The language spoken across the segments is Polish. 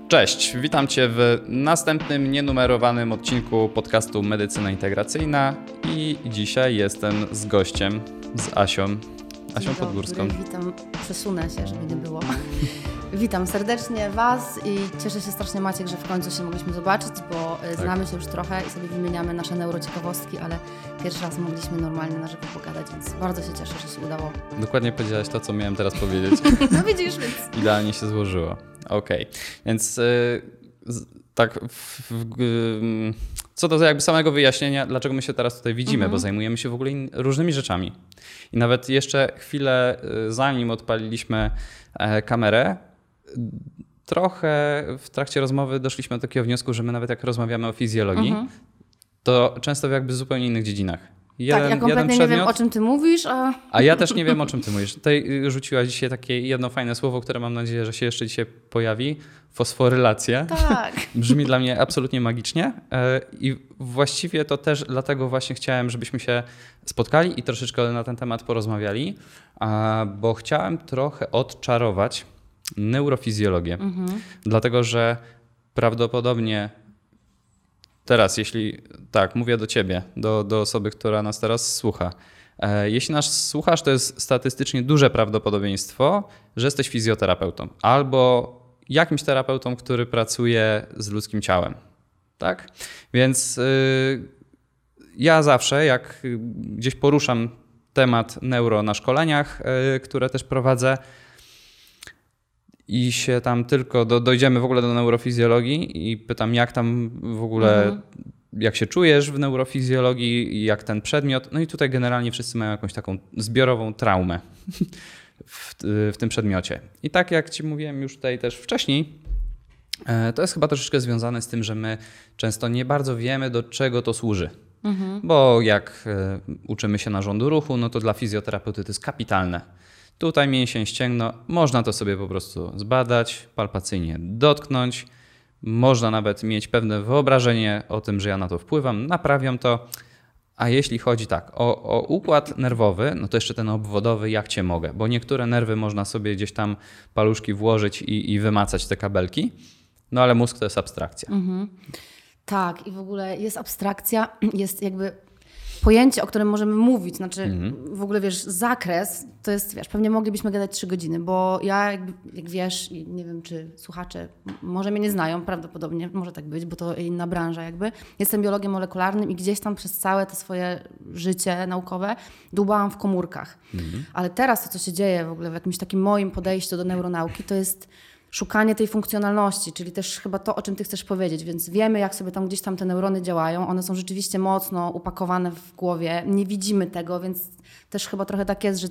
Cześć, witam Cię w następnym nienumerowanym odcinku podcastu Medycyna Integracyjna i dzisiaj jestem z gościem, z Asią Podgórską. Witam, przesunę się, żeby nie było. Witam serdecznie Was i cieszę się strasznie, Maciek, że w końcu się mogliśmy zobaczyć, bo znamy się już trochę i sobie wymieniamy nasze neurociekawostki, ale pierwszy raz mogliśmy normalnie na żywo pogadać, więc bardzo się cieszę, że się udało. Dokładnie powiedziałaś to, co miałem teraz powiedzieć. No widzisz, więc... Idealnie się złożyło. Okej, więc tak co do jakby samego wyjaśnienia, dlaczego my się teraz tutaj widzimy, bo zajmujemy się w ogóle różnymi rzeczami. I nawet jeszcze chwilę zanim odpaliliśmy kamerę, trochę w trakcie rozmowy doszliśmy do takiego wniosku, że my nawet jak rozmawiamy o fizjologii, to często w jakby zupełnie innych dziedzinach. Tak, ja kompletnie nie wiem, o czym ty mówisz, a ja też nie wiem, o czym ty mówisz. Tutaj rzuciłaś dzisiaj takie jedno fajne słowo, które mam nadzieję, że się jeszcze dzisiaj pojawi. Fosforylacja. Tak. Brzmi dla mnie absolutnie magicznie i właściwie to też dlatego właśnie chciałem, żebyśmy się spotkali i troszeczkę na ten temat porozmawiali, bo chciałem trochę odczarować neurofizjologię. Dlatego, że prawdopodobnie teraz, jeśli tak, mówię do ciebie, do osoby, która nas teraz słucha. Jeśli nas słuchasz, to jest statystycznie duże prawdopodobieństwo, że jesteś fizjoterapeutą albo jakimś terapeutą, który pracuje z ludzkim ciałem. Tak? Więc ja zawsze, jak gdzieś poruszam temat neuro na szkoleniach, które też prowadzę, i się tam tylko dojdziemy w ogóle do neurofizjologii i pytam, jak tam w ogóle, jak się czujesz w neurofizjologii, jak ten przedmiot. No i tutaj generalnie wszyscy mają jakąś taką zbiorową traumę w tym przedmiocie. I tak jak ci mówiłem już tutaj też wcześniej, to jest chyba troszeczkę związane z tym, że my często nie bardzo wiemy, do czego to służy. Bo jak uczymy się narządu ruchu, no to dla fizjoterapeuty to jest kapitalne. Tutaj mięsień, ścięgno, można to sobie po prostu zbadać, palpacyjnie dotknąć. Można nawet mieć pewne wyobrażenie o tym, że ja na to wpływam, naprawiam to. A jeśli chodzi tak o układ nerwowy, no to jeszcze ten obwodowy, jak cię mogę, bo niektóre nerwy można sobie gdzieś tam paluszki włożyć i wymacać te kabelki, no ale mózg to jest abstrakcja. Tak, i w ogóle jest abstrakcja, jest jakby pojęcie, o którym możemy mówić, znaczy w ogóle wiesz, zakres to jest, wiesz, pewnie moglibyśmy gadać 3 godziny, bo ja jak wiesz, nie wiem czy słuchacze może mnie nie znają, prawdopodobnie może tak być, bo to inna branża jakby. Jestem biologiem molekularnym i gdzieś tam przez całe to swoje życie naukowe dłubałam w komórkach. Ale teraz to, co się dzieje w ogóle w jakimś takim moim podejściu do neuronauki, to jest szukanie tej funkcjonalności, czyli też chyba to, o czym ty chcesz powiedzieć, więc wiemy, jak sobie tam gdzieś tam te neurony działają, one są rzeczywiście mocno upakowane w głowie, nie widzimy tego, więc też chyba trochę tak jest, że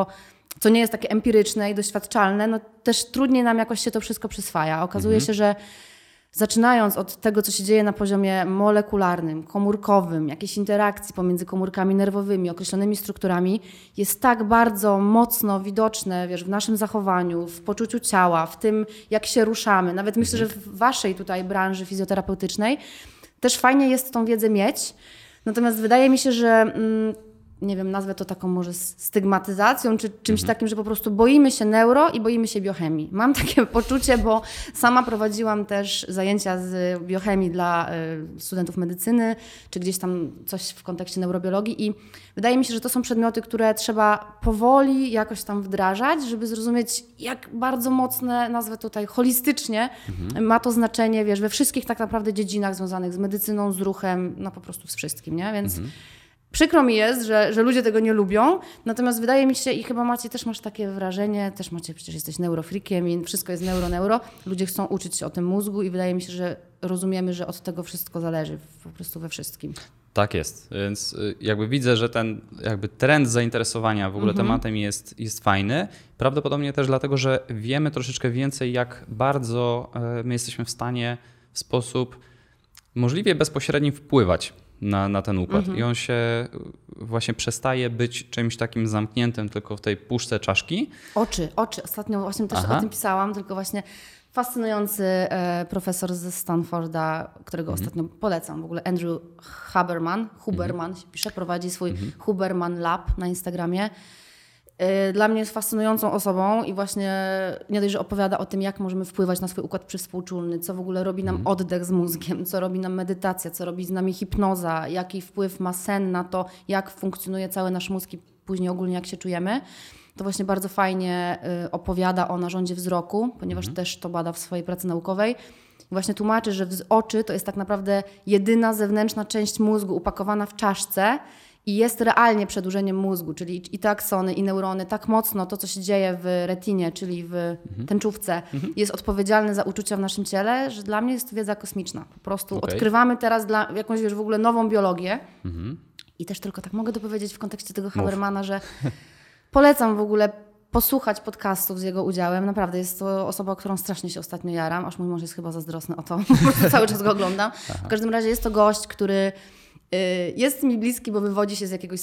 co nie jest takie empiryczne i doświadczalne, no też trudniej nam jakoś się to wszystko przyswaja. Okazuje się, że zaczynając od tego, co się dzieje na poziomie molekularnym, komórkowym, jakiejś interakcji pomiędzy komórkami nerwowymi, określonymi strukturami, jest tak bardzo mocno widoczne, wiesz, w naszym zachowaniu, w poczuciu ciała, w tym, jak się ruszamy. Nawet myślę, że w waszej tutaj branży fizjoterapeutycznej też fajnie jest tą wiedzę mieć. Natomiast wydaje mi się, że nie wiem, nazwę to taką może stygmatyzacją, czy czymś takim, że po prostu boimy się neuro i boimy się biochemii. Mam takie poczucie, bo sama prowadziłam też zajęcia z biochemii dla studentów medycyny, czy gdzieś tam coś w kontekście neurobiologii i wydaje mi się, że to są przedmioty, które trzeba powoli jakoś tam wdrażać, żeby zrozumieć, jak bardzo mocne, nazwę tutaj holistycznie, ma to znaczenie, wiesz, we wszystkich tak naprawdę dziedzinach związanych z medycyną, z ruchem, no po prostu z wszystkim, nie? Więc przykro mi jest, że ludzie tego nie lubią, natomiast wydaje mi się i chyba Maciej też masz takie wrażenie, też Maciej przecież jesteś neurofreakiem i wszystko jest neuro. Ludzie chcą uczyć się o tym mózgu i wydaje mi się, że rozumiemy, że od tego wszystko zależy po prostu we wszystkim. Tak jest, więc jakby widzę, że ten jakby trend zainteresowania w ogóle tematem jest fajny. Prawdopodobnie też dlatego, że wiemy troszeczkę więcej, jak bardzo my jesteśmy w stanie w sposób możliwie bezpośredni wpływać na ten układ. I on się właśnie przestaje być czymś takim zamkniętym tylko w tej puszce czaszki. Oczy. Ostatnio właśnie też o tym pisałam, tylko właśnie fascynujący profesor ze Stanforda, którego ostatnio polecam, w ogóle Andrew Huberman się pisze, prowadzi swój Huberman Lab na Instagramie. Dla mnie jest fascynującą osobą i właśnie nie dość, że opowiada o tym, jak możemy wpływać na swój układ przywspółczulny, co w ogóle robi nam oddech z mózgiem, co robi nam medytacja, co robi z nami hipnoza, jaki wpływ ma sen na to, jak funkcjonuje cały nasz mózg i później ogólnie jak się czujemy. To właśnie bardzo fajnie opowiada o narządzie wzroku, ponieważ też to bada w swojej pracy naukowej. I właśnie tłumaczy, że oczy to jest tak naprawdę jedyna zewnętrzna część mózgu upakowana w czaszce i jest realnie przedłużeniem mózgu, czyli i te aksony, i neurony, tak mocno to, co się dzieje w retinie, czyli w tęczówce, jest odpowiedzialne za uczucia w naszym ciele, że dla mnie jest to wiedza kosmiczna. Po prostu odkrywamy teraz jakąś w ogóle nową biologię. I też tylko tak mogę dopowiedzieć w kontekście tego Habermana, że polecam w ogóle posłuchać podcastów z jego udziałem. Naprawdę jest to osoba, o którą strasznie się ostatnio jaram, aż mój mąż jest chyba zazdrosny o to, cały czas go oglądam. W każdym razie jest to gość, który jest mi bliski, bo wywodzi się z jakiegoś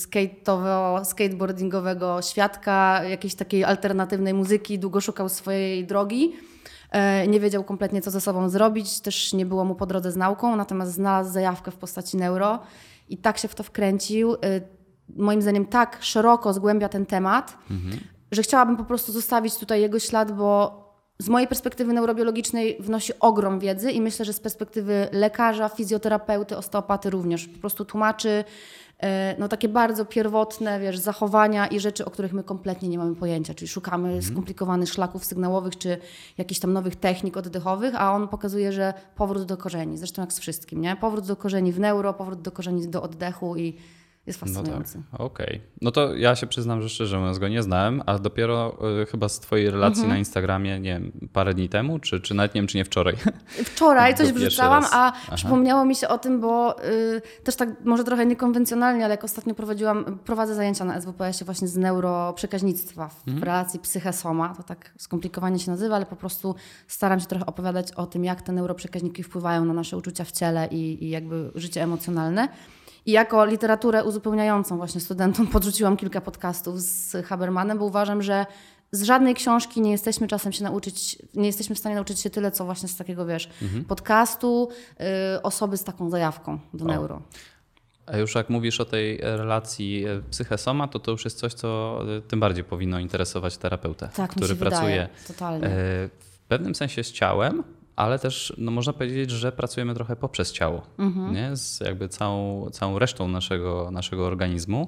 skateboardingowego świadka, jakiejś takiej alternatywnej muzyki, długo szukał swojej drogi. Nie wiedział kompletnie, co ze sobą zrobić, też nie było mu po drodze z nauką, natomiast znalazł zajawkę w postaci neuro i tak się w to wkręcił. Moim zdaniem tak szeroko zgłębia ten temat, że chciałabym po prostu zostawić tutaj jego ślad, bo z mojej perspektywy neurobiologicznej wnosi ogrom wiedzy i myślę, że z perspektywy lekarza, fizjoterapeuty, osteopaty również. Po prostu tłumaczy takie bardzo pierwotne, zachowania i rzeczy, o których my kompletnie nie mamy pojęcia. Czyli szukamy skomplikowanych szlaków sygnałowych czy jakichś tam nowych technik oddechowych, a on pokazuje, że powrót do korzeni. Zresztą jak z wszystkim, nie? Powrót do korzeni w neuro, powrót do korzeni do oddechu i jest fascynujący. No tak, okej. No to ja się przyznam, że szczerze mówiąc go nie znałem, a dopiero chyba z twojej relacji na Instagramie, nie wiem, parę dni temu, czy nawet nie wiem, czy nie wczoraj. Wczoraj coś wrzucałam, a przypomniało mi się o tym, bo też tak może trochę niekonwencjonalnie, ale jak ostatnio prowadzę zajęcia na SWPS-ie właśnie z neuroprzekaźnictwa w relacji psyche-soma. To tak skomplikowanie się nazywa, ale po prostu staram się trochę opowiadać o tym, jak te neuroprzekaźniki wpływają na nasze uczucia w ciele i jakby życie emocjonalne. I jako literaturę uzupełniającą właśnie studentom podrzuciłam kilka podcastów z Habermanem, bo uważam, że z żadnej książki nie jesteśmy czasem nie jesteśmy w stanie nauczyć się tyle, co właśnie z takiego, podcastu, osoby z taką zajawką do neuro. A już jak mówisz o tej relacji psyche-soma, to już jest coś, co tym bardziej powinno interesować terapeutę, który pracuje totalnie. W pewnym sensie z ciałem, ale też można powiedzieć, że pracujemy trochę poprzez ciało, nie? Z jakby całą resztą naszego organizmu.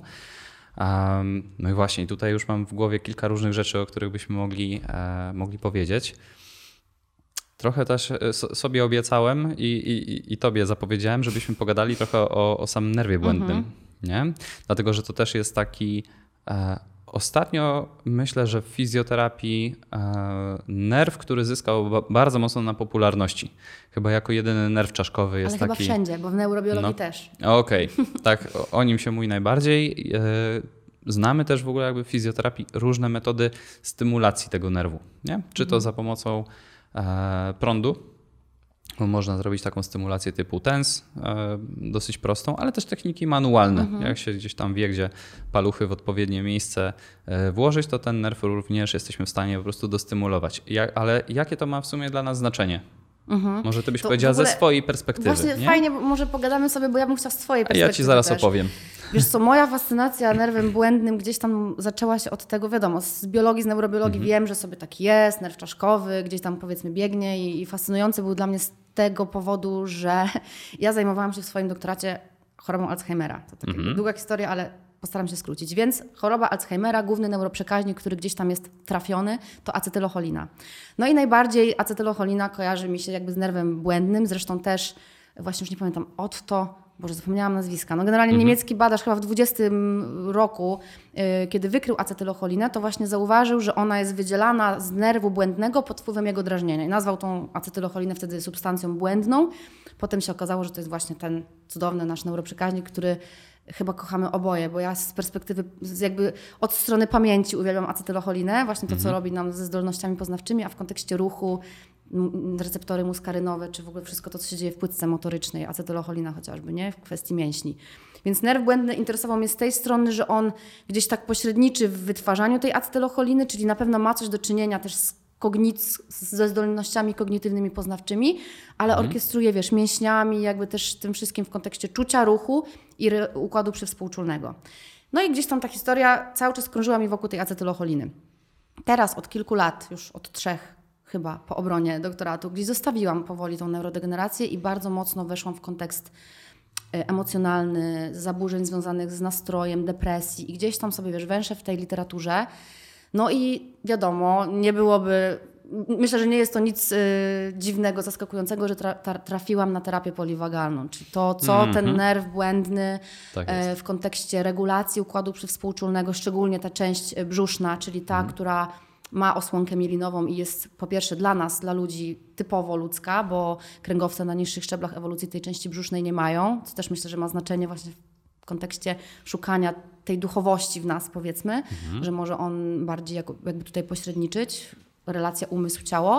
No i właśnie tutaj już mam w głowie kilka różnych rzeczy, o których byśmy mogli powiedzieć. Trochę też sobie obiecałem i tobie zapowiedziałem, żebyśmy pogadali trochę o samym nerwie błędnym. Nie? Dlatego, że to też jest taki... Ostatnio myślę, że w fizjoterapii nerw, który zyskał bardzo mocno na popularności. Chyba jako jedyny nerw czaszkowy jest taki... Ale chyba wszędzie, bo w neurobiologii też. Okej, tak, o nim się mówi najbardziej. Znamy też w ogóle jakby w fizjoterapii różne metody stymulacji tego nerwu. Nie? Czy to za pomocą prądu, można zrobić taką stymulację typu TENS, dosyć prostą, ale też techniki manualne. Jak się gdzieś tam wie, gdzie paluchy w odpowiednie miejsce włożyć, to ten nerw również jesteśmy w stanie po prostu dostymulować. Ale jakie to ma w sumie dla nas znaczenie? Może ty byś powiedziała ze swojej perspektywy. Właśnie nie? fajnie, bo może pogadamy sobie, bo ja bym chciała z swojej perspektywy. Ja ci zaraz też opowiem. Wiesz co, moja fascynacja nerwem błędnym gdzieś tam zaczęła się od tego, wiadomo, z biologii, z neurobiologii wiem, że sobie taki jest, nerw czaszkowy, gdzieś tam powiedzmy biegnie i fascynujący był dla mnie z tego powodu, że ja zajmowałam się w swoim doktoracie chorobą Alzheimera. To taka długa historia, ale postaram się skrócić. Więc choroba Alzheimera, główny neuroprzekaźnik, który gdzieś tam jest trafiony, to acetylocholina. No i najbardziej acetylocholina kojarzy mi się jakby z nerwem błędnym, zresztą też, właśnie już nie pamiętam, Boże, zapomniałam nazwiska. No generalnie niemiecki badacz chyba w 20 roku, kiedy wykrył acetylocholinę, to właśnie zauważył, że ona jest wydzielana z nerwu błędnego pod wpływem jego drażnienia. I nazwał tą acetylocholinę wtedy substancją błędną. Potem się okazało, że to jest właśnie ten cudowny nasz neuroprzekaźnik, który chyba kochamy oboje, bo ja z perspektywy jakby od strony pamięci uwielbiam acetylocholinę, właśnie to, co robi nam ze zdolnościami poznawczymi, a w kontekście ruchu receptory muskarynowe, czy w ogóle wszystko to, co się dzieje w płytce motorycznej, acetylocholina chociażby, nie? W kwestii mięśni. Więc nerw błędny interesował mnie z tej strony, że on gdzieś tak pośredniczy w wytwarzaniu tej acetylocholiny, czyli na pewno ma coś do czynienia też ze zdolnościami kognitywnymi, poznawczymi, ale orkiestruje, mięśniami, jakby też tym wszystkim w kontekście czucia ruchu i układu przywspółczulnego. No i gdzieś tam ta historia cały czas krążyła mi wokół tej acetylocholiny. Teraz od kilku lat, już od 3 chyba po obronie doktoratu, gdzieś zostawiłam powoli tą neurodegenerację i bardzo mocno weszłam w kontekst emocjonalny, zaburzeń związanych z nastrojem, depresji i gdzieś tam sobie, wiesz, węszę w tej literaturze. No i wiadomo, nie byłoby... Myślę, że nie jest to nic dziwnego, zaskakującego, że trafiłam na terapię poliwagalną, czyli to, co ten nerw błędny w kontekście regulacji układu przywspółczulnego, szczególnie ta część brzuszna, czyli ta, która ma osłonkę mielinową i jest po pierwsze dla nas, dla ludzi typowo ludzka, bo kręgowce na niższych szczeblach ewolucji tej części brzusznej nie mają, co też myślę, że ma znaczenie właśnie w kontekście szukania tej duchowości w nas, powiedzmy, że może on bardziej jakby tutaj pośredniczyć, relacja umysł-ciało.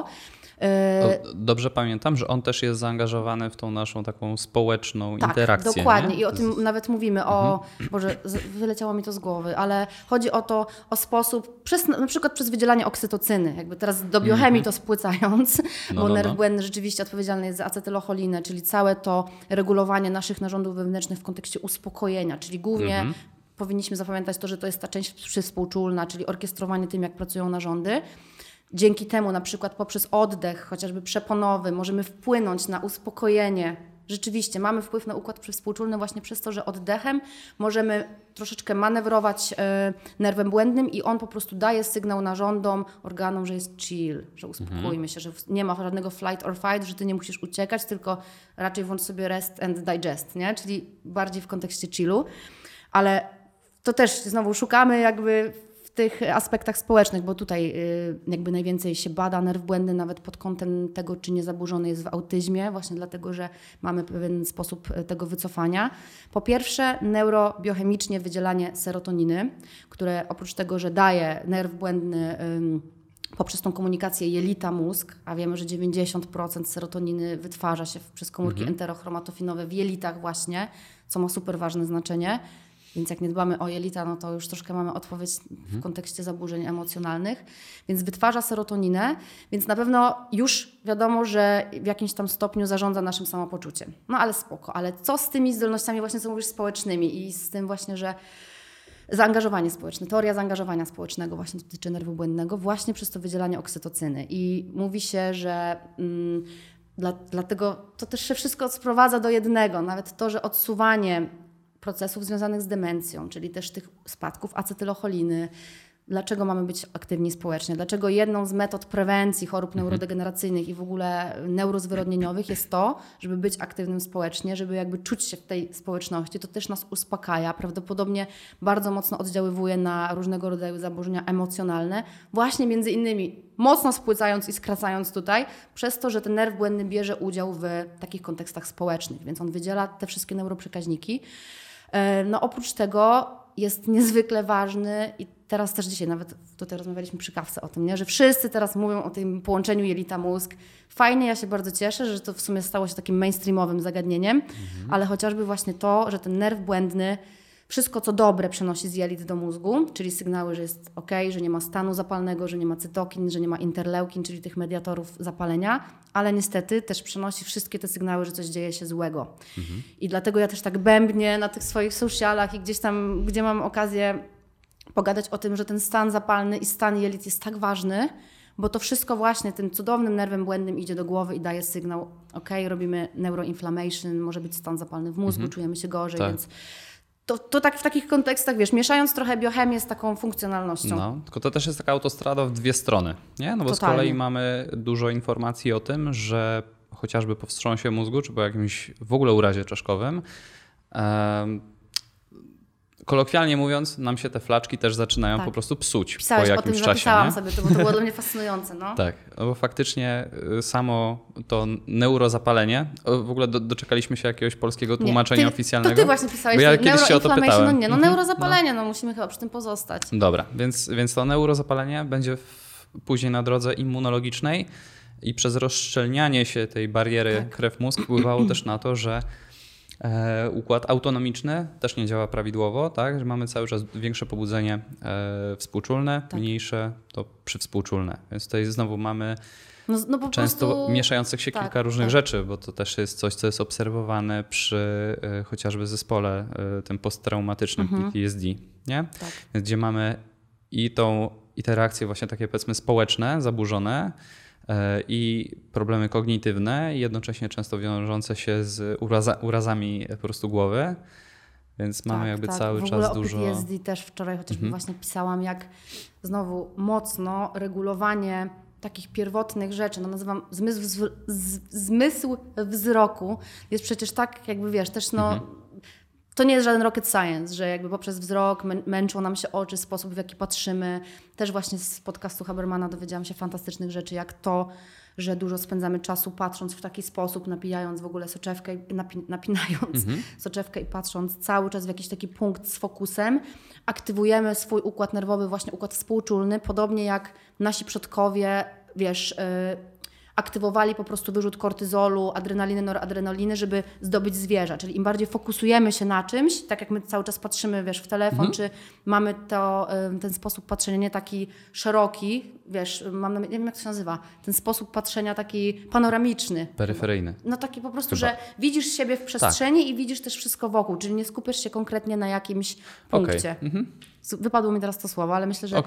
Dobrze pamiętam, że on też jest zaangażowany w tą naszą taką społeczną tak, interakcję. Dokładnie. Nie? I o tym nawet mówimy, Boże, wyleciało mi to z głowy, ale chodzi o sposób, na przykład przez wydzielanie oksytocyny, jakby teraz do biochemii to spłycając, bo nerw błędny rzeczywiście odpowiedzialny jest za acetylocholinę, czyli całe to regulowanie naszych narządów wewnętrznych w kontekście uspokojenia, czyli głównie powinniśmy zapamiętać to, że to jest ta część przywspółczulna, czyli orkiestrowanie tym, jak pracują narządy. Dzięki temu na przykład poprzez oddech, chociażby przeponowy, możemy wpłynąć na uspokojenie. Rzeczywiście mamy wpływ na układ przywspółczulny właśnie przez to, że oddechem możemy troszeczkę manewrować nerwem błędnym i on po prostu daje sygnał narządom, organom, że jest chill, że uspokójmy się, że nie ma żadnego flight or fight, że ty nie musisz uciekać, tylko raczej włącz sobie rest and digest, nie? Czyli bardziej w kontekście chillu. Ale to też znowu szukamy jakby w tych aspektach społecznych, bo tutaj jakby najwięcej się bada nerw błędny nawet pod kątem tego, czy nie zaburzony jest w autyzmie, właśnie dlatego, że mamy pewien sposób tego wycofania. Po pierwsze, neurobiochemicznie wydzielanie serotoniny, które oprócz tego, że daje nerw błędny poprzez tą komunikację jelita-mózg, a wiemy, że 90% serotoniny wytwarza się przez komórki enterochromatofinowe w jelitach właśnie, co ma super ważne znaczenie. Więc jak nie dbamy o jelita, no to już troszkę mamy odpowiedź w kontekście zaburzeń emocjonalnych. Więc wytwarza serotoninę, więc na pewno już wiadomo, że w jakimś tam stopniu zarządza naszym samopoczuciem. No ale spoko. Ale co z tymi zdolnościami właśnie, co mówisz, społecznymi i z tym właśnie, że zaangażowanie społeczne, teoria zaangażowania społecznego właśnie dotyczy nerwu błędnego właśnie przez to wydzielanie oksytocyny. I mówi się, że dlatego to też się wszystko sprowadza do jednego. Nawet to, że odsuwanie procesów związanych z demencją, czyli też tych spadków acetylocholiny. Dlaczego mamy być aktywni społecznie? Dlaczego jedną z metod prewencji chorób neurodegeneracyjnych i w ogóle neurozwyrodnieniowych jest to, żeby być aktywnym społecznie, żeby jakby czuć się w tej społeczności. To też nas uspokaja, prawdopodobnie bardzo mocno oddziaływuje na różnego rodzaju zaburzenia emocjonalne, właśnie między innymi mocno spłycając i skracając tutaj, przez to, że ten nerw błędny bierze udział w takich kontekstach społecznych, więc on wydziela te wszystkie neuroprzekaźniki. No oprócz tego jest niezwykle ważny i teraz też dzisiaj nawet tutaj rozmawialiśmy przy kawce o tym, nie? Że wszyscy teraz mówią o tym połączeniu jelita-mózg. Fajnie, ja się bardzo cieszę, że to w sumie stało się takim mainstreamowym zagadnieniem, ale chociażby właśnie to, że ten nerw błędny wszystko co dobre przenosi z jelit do mózgu, czyli sygnały, że jest ok, że nie ma stanu zapalnego, że nie ma cytokin, że nie ma interleukin, czyli tych mediatorów zapalenia, ale niestety też przenosi wszystkie te sygnały, że coś dzieje się złego. I dlatego ja też tak bębnię na tych swoich socialach i gdzieś tam, gdzie mam okazję pogadać o tym, że ten stan zapalny i stan jelit jest tak ważny, bo to wszystko właśnie tym cudownym nerwem błędnym idzie do głowy i daje sygnał, ok, robimy neuroinflammation, może być stan zapalny w mózgu, czujemy się gorzej, więc to tak w takich kontekstach, wiesz, mieszając trochę biochemię z taką funkcjonalnością. No, tylko to też jest taka autostrada w dwie strony, nie? No bo Totalnie. z kolei mamy dużo informacji o tym, że chociażby po wstrząsie mózgu, czy po jakimś w ogóle urazie czaszkowym, kolokwialnie mówiąc, nam się te flaczki też zaczynają po prostu psuć Pisałeś po o tym, jakimś czasie. zapisałam nie? sobie to, bo to było dla mnie fascynujące. No. Tak, no bo faktycznie samo to neurozapalenie, w ogóle doczekaliśmy się jakiegoś polskiego tłumaczenia oficjalnego. To ty właśnie pisałeś. Bo ja kiedyś się o to pytałem. No nie, neurozapalenie, no musimy chyba przy tym pozostać. Dobra, więc to neurozapalenie będzie później na drodze immunologicznej i przez rozszczelnianie się tej bariery krew-mózg wpływało też na to, że Układ autonomiczny też nie działa prawidłowo, tak? Że mamy cały czas większe pobudzenie współczulne, mniejsze to przywspółczulne. Więc tutaj znowu mamy po często prostu mieszających się kilka różnych rzeczy, bo to też jest coś, co jest obserwowane przy chociażby zespole tym posttraumatycznym PTSD, nie? Tak. Gdzie mamy i te reakcje właśnie takie powiedzmy społeczne, zaburzone i problemy kognitywne i jednocześnie często wiążące się z urazami po prostu głowy. Więc mamy jakby cały czas dużo... W ogóle o PTSD też wczoraj chociażby właśnie pisałam, jak znowu mocno regulowanie takich pierwotnych rzeczy, nazywam zmysł wzroku, jest przecież tak jakby wiesz, też to nie jest żaden rocket science, że jakby poprzez wzrok męczą nam się oczy, sposób w jaki patrzymy. Też właśnie z podcastu Habermana dowiedziałam się fantastycznych rzeczy, jak to, że dużo spędzamy czasu patrząc w taki sposób, napijając w ogóle soczewkę, napinając soczewkę i patrząc cały czas w jakiś taki punkt z fokusem, aktywujemy swój układ nerwowy, właśnie układ współczulny, podobnie jak nasi przodkowie, wiesz, aktywowali po prostu wyrzut kortyzolu, adrenaliny, noradrenaliny, żeby zdobyć zwierzę. Czyli im bardziej fokusujemy się na czymś, tak jak my cały czas patrzymy, wiesz, w telefon, czy mamy ten sposób patrzenia nie taki szeroki, wiesz, nie wiem jak to się nazywa, ten sposób patrzenia taki panoramiczny. Peryferyjny. Taki po prostu, że widzisz siebie w przestrzeni i widzisz też wszystko wokół, czyli nie skupiasz się konkretnie na jakimś punkcie. Wypadło mi teraz to słowo, ale myślę, że...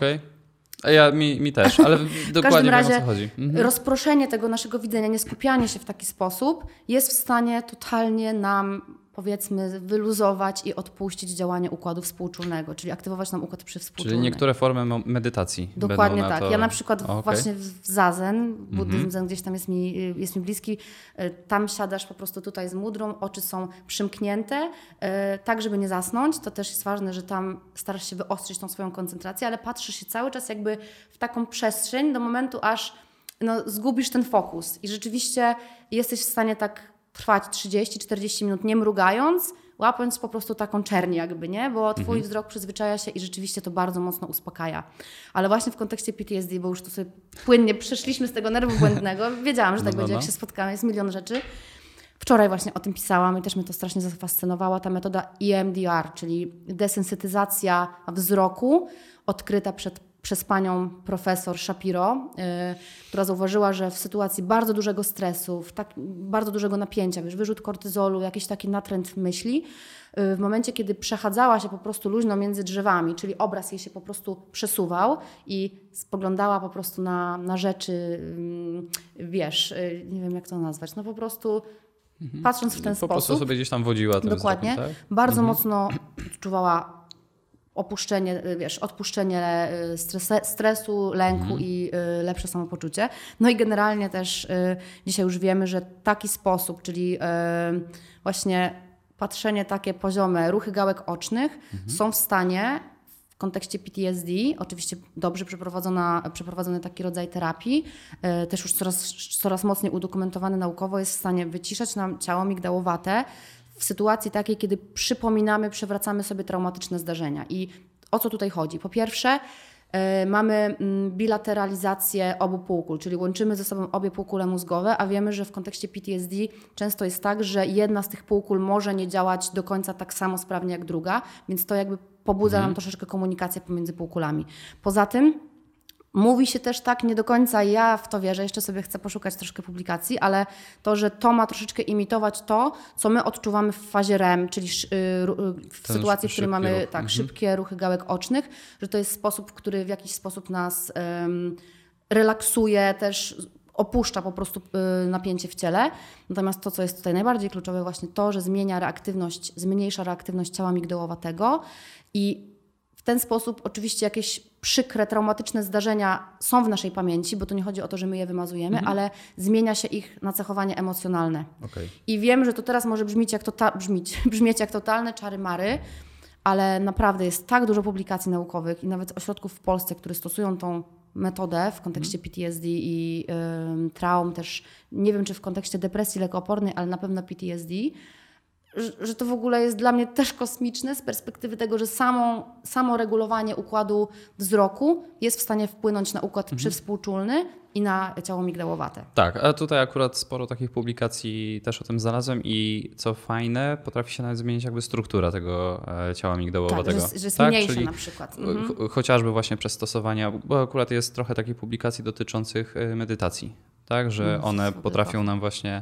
Mi też, ale dokładnie wiem, o co chodzi. Rozproszenie tego naszego widzenia, nie skupianie się w taki sposób jest w stanie totalnie nam, powiedzmy, wyluzować i odpuścić działanie układu współczulnego, czyli aktywować nam układ przywspółczulny. Czyli niektóre formy medytacji. Dokładnie tak. To... Ja na przykład właśnie w zazen, buddyzm zen gdzieś tam jest mi bliski, tam siadasz po prostu tutaj z mudrą, oczy są przymknięte, tak żeby nie zasnąć. To też jest ważne, że tam starasz się wyostrzyć tą swoją koncentrację, ale patrzysz się cały czas jakby w taką przestrzeń do momentu, aż zgubisz ten fokus i rzeczywiście jesteś w stanie tak trwać 30-40 minut nie mrugając, łapiąc po prostu taką czerń jakby, nie? Bo twój wzrok przyzwyczaja się i rzeczywiście to bardzo mocno uspokaja. Ale właśnie w kontekście PTSD, bo już tu sobie płynnie przeszliśmy z tego nerwu błędnego, wiedziałam, że tak będzie, jak się spotkamy, jest milion rzeczy. Wczoraj właśnie o tym pisałam i też mnie to strasznie zafascynowała ta metoda EMDR, czyli desensytyzacja wzroku, odkryta przez panią profesor Shapiro, która zauważyła, że w sytuacji bardzo dużego stresu, bardzo dużego napięcia, wyrzut kortyzolu, jakiś taki natręt myśli, w momencie, kiedy przechadzała się po prostu luźno między drzewami, czyli obraz jej się po prostu przesuwał i spoglądała po prostu na rzeczy, wiesz, nie wiem jak to nazwać, po prostu patrząc w ten sposób. Po prostu sobie gdzieś tam wodziła tym dokładnie, wzrokiem, tak? Bardzo mocno odczuwała odpuszczenie stresu, lęku i lepsze samopoczucie. No i generalnie też dzisiaj już wiemy, że taki sposób, czyli właśnie patrzenie takie poziome, ruchy gałek ocznych są w stanie w kontekście PTSD, oczywiście dobrze przeprowadzony taki rodzaj terapii, też już coraz mocniej udokumentowany naukowo, jest w stanie wyciszać nam ciało migdałowate w sytuacji takiej, kiedy przypominamy, przewracamy sobie traumatyczne zdarzenia. I o co tutaj chodzi? Po pierwsze, mamy bilateralizację obu półkul, czyli łączymy ze sobą obie półkule mózgowe, a wiemy, że w kontekście PTSD często jest tak, że jedna z tych półkul może nie działać do końca tak samo sprawnie jak druga, więc to jakby pobudza nam troszeczkę komunikację pomiędzy półkulami. Poza tym mówi się też tak, nie do końca ja w to wierzę, jeszcze sobie chcę poszukać troszkę publikacji, ale to, że to ma troszeczkę imitować to, co my odczuwamy w fazie REM, czyli w sytuacji, w której mamy szybkie ruchy gałek ocznych, że to jest sposób, który w jakiś sposób nas relaksuje, też opuszcza po prostu napięcie w ciele. Natomiast to, co jest tutaj najbardziej kluczowe, właśnie to, że zmniejsza reaktywność ciała migdałowatego i w ten sposób oczywiście jakieś przykre, traumatyczne zdarzenia są w naszej pamięci, bo to nie chodzi o to, że my je wymazujemy, ale zmienia się ich nacechowanie emocjonalne. Okay. I wiem, że to teraz może brzmieć jak totalne czary-mary, ale naprawdę jest tak dużo publikacji naukowych i nawet ośrodków w Polsce, które stosują tą metodę w kontekście PTSD i traum, też nie wiem, czy w kontekście depresji lekoopornej, ale na pewno PTSD, że to w ogóle jest dla mnie też kosmiczne z perspektywy tego, że samo regulowanie układu wzroku jest w stanie wpłynąć na układ przywspółczulny i na ciało migdałowate. Tak, a tutaj akurat sporo takich publikacji też o tym znalazłem i co fajne, potrafi się nawet zmienić jakby struktura tego ciała migdałowatego. Tak, że jest mniejsze czyli na przykład. chociażby właśnie przez stosowania, bo akurat jest trochę takich publikacji dotyczących medytacji, tak, że one potrafią nam właśnie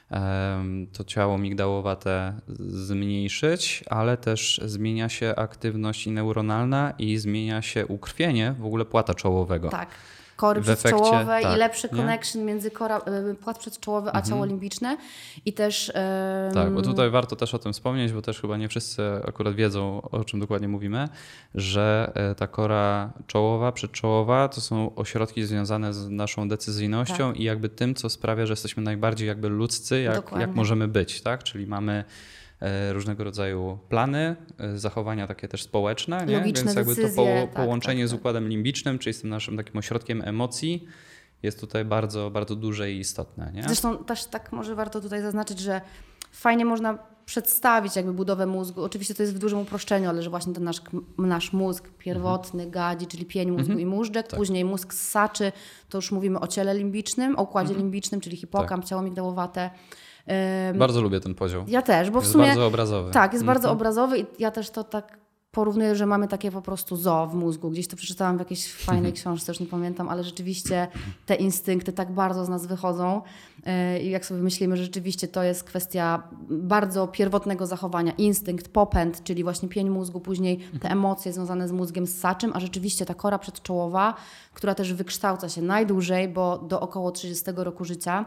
to ciało migdałowate zmniejszyć, ale też zmienia się aktywność neuronalna i zmienia się ukrwienie w ogóle płata czołowego. Tak. Kory przedczołowe i lepszy connection między płat przedczołowy a ciało limbiczne i też... Tak, bo tutaj warto też o tym wspomnieć, bo też chyba nie wszyscy akurat wiedzą, o czym dokładnie mówimy, że ta kora czołowa, przedczołowa to są ośrodki związane z naszą decyzyjnością i jakby tym, co sprawia, że jesteśmy najbardziej jakby ludzcy, jak możemy być, tak? Czyli mamy różnego rodzaju plany, zachowania takie też społeczne, nie? Logiczne Więc jakby decyzje, to połączenie z układem limbicznym, czyli z tym naszym takim ośrodkiem emocji jest tutaj bardzo, bardzo duże i istotne. Nie? Zresztą też tak może warto tutaj zaznaczyć, że fajnie można przedstawić jakby budowę mózgu. Oczywiście to jest w dużym uproszczeniu, ale że właśnie ten nasz mózg pierwotny, gadzi, czyli pień mózgu i móżdżek, później mózg ssaczy, to już mówimy o ciele limbicznym, o układzie limbicznym, czyli hipokamp, ciało migdałowate. Bardzo lubię ten podział. Ja też, bo w jest sumie... bardzo obrazowy. Tak, jest bardzo obrazowy i ja też to tak porównuję, że mamy takie po prostu zoo w mózgu. Gdzieś to przeczytałam w jakiejś fajnej książce, już nie pamiętam, ale rzeczywiście te instynkty tak bardzo z nas wychodzą i jak sobie myślimy, że rzeczywiście to jest kwestia bardzo pierwotnego zachowania. Instynkt, popęd, czyli właśnie pień mózgu, później te emocje związane z mózgiem ssaczym, a rzeczywiście ta kora przedczołowa, która też wykształca się najdłużej, bo do około 30 roku życia,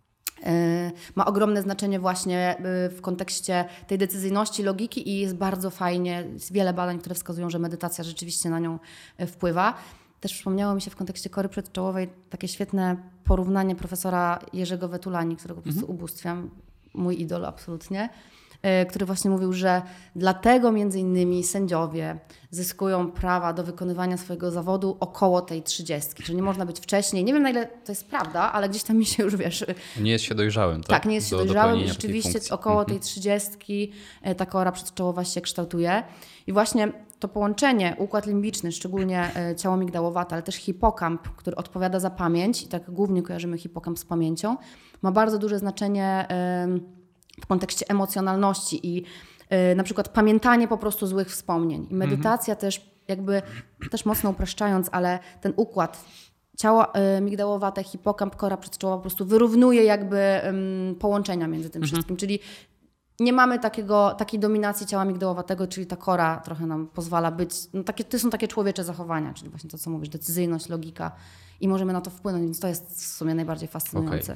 ma ogromne znaczenie właśnie w kontekście tej decyzyjności, logiki i jest bardzo fajnie, jest wiele badań, które wskazują, że medytacja rzeczywiście na nią wpływa. Też przypomniało mi się w kontekście kory przedczołowej takie świetne porównanie profesora Jerzego Wetulani, którego po prostu ubóstwiam, mój idol absolutnie, który właśnie mówił, że dlatego między innymi sędziowie zyskują prawa do wykonywania swojego zawodu około tej 30, że nie można być wcześniej. Nie wiem, na ile to jest prawda, ale gdzieś tam mi się już, wiesz... Nie jest się dojrzałym, tak? Tak, nie jest się dojrzałym i rzeczywiście około tej 30 ta kora przedczołowa się kształtuje. I właśnie to połączenie, układ limbiczny, szczególnie ciało migdałowate, ale też hipokamp, który odpowiada za pamięć i tak głównie kojarzymy hipokamp z pamięcią, ma bardzo duże znaczenie w kontekście emocjonalności i na przykład pamiętanie po prostu złych wspomnień. I medytacja też jakby, też mocno upraszczając, ale ten układ ciało migdałowate, hipokamp, kora przedczołowa po prostu wyrównuje jakby połączenia między tym wszystkim. Czyli nie mamy takiej dominacji ciała migdałowatego, czyli ta kora trochę nam pozwala być, no to są takie człowiecze zachowania, czyli właśnie to, co mówisz, decyzyjność, logika i możemy na to wpłynąć, więc to jest w sumie najbardziej fascynujące.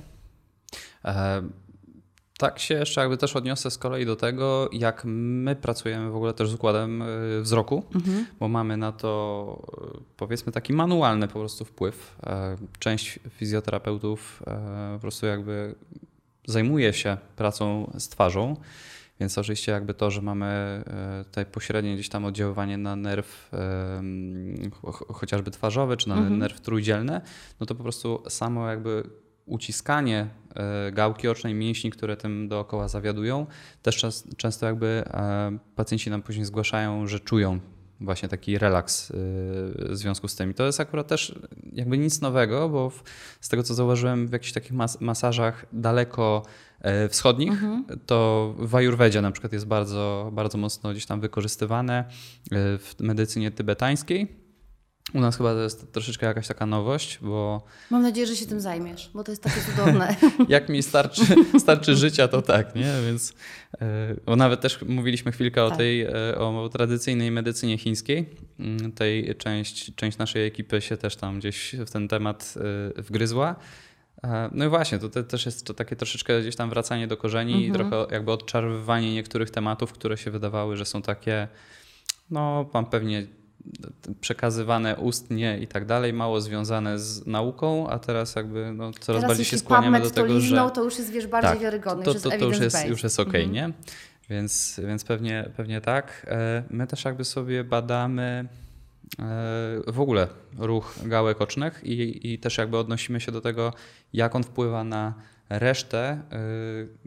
Tak się jeszcze jakby też odniosę z kolei do tego, jak my pracujemy w ogóle też z układem wzroku, bo mamy na to powiedzmy taki manualny po prostu wpływ. Część fizjoterapeutów po prostu jakby zajmuje się pracą z twarzą, więc oczywiście jakby to, że mamy tutaj pośrednie gdzieś tam oddziaływanie na nerw chociażby twarzowy czy na nerw trójdzielny, no to po prostu samo jakby uciskanie gałki ocznej, mięśni, które tym dookoła zawiadują, też często jakby pacjenci nam później zgłaszają, że czują właśnie taki relaks w związku z tym. I to jest akurat też jakby nic nowego, bo z tego co zauważyłem w jakichś takich masażach daleko wschodnich, to w ajurwedzie na przykład jest bardzo, bardzo mocno gdzieś tam wykorzystywane, w medycynie tybetańskiej. U nas chyba to jest troszeczkę jakaś taka nowość, bo... Mam nadzieję, że się tym zajmiesz, bo to jest takie cudowne. Jak mi starczy życia, to tak, nie? Więc bo nawet też mówiliśmy chwilkę o tradycyjnej medycynie chińskiej. Tej część naszej ekipy się też tam gdzieś w ten temat wgryzła. No i właśnie, to też jest to takie troszeczkę gdzieś tam wracanie do korzeni i trochę jakby odczarowywanie niektórych tematów, które się wydawały, że są takie, no pan pewnie przekazywane ustnie i tak dalej, mało związane z nauką, a teraz jakby no, coraz bardziej się skłaniamy do tego, że... to już jest wiesz, bardziej wiarygodne, to już jest okej, nie? Więc pewnie tak. My też jakby sobie badamy w ogóle ruch gałek ocznych i też jakby odnosimy się do tego, jak on wpływa na resztę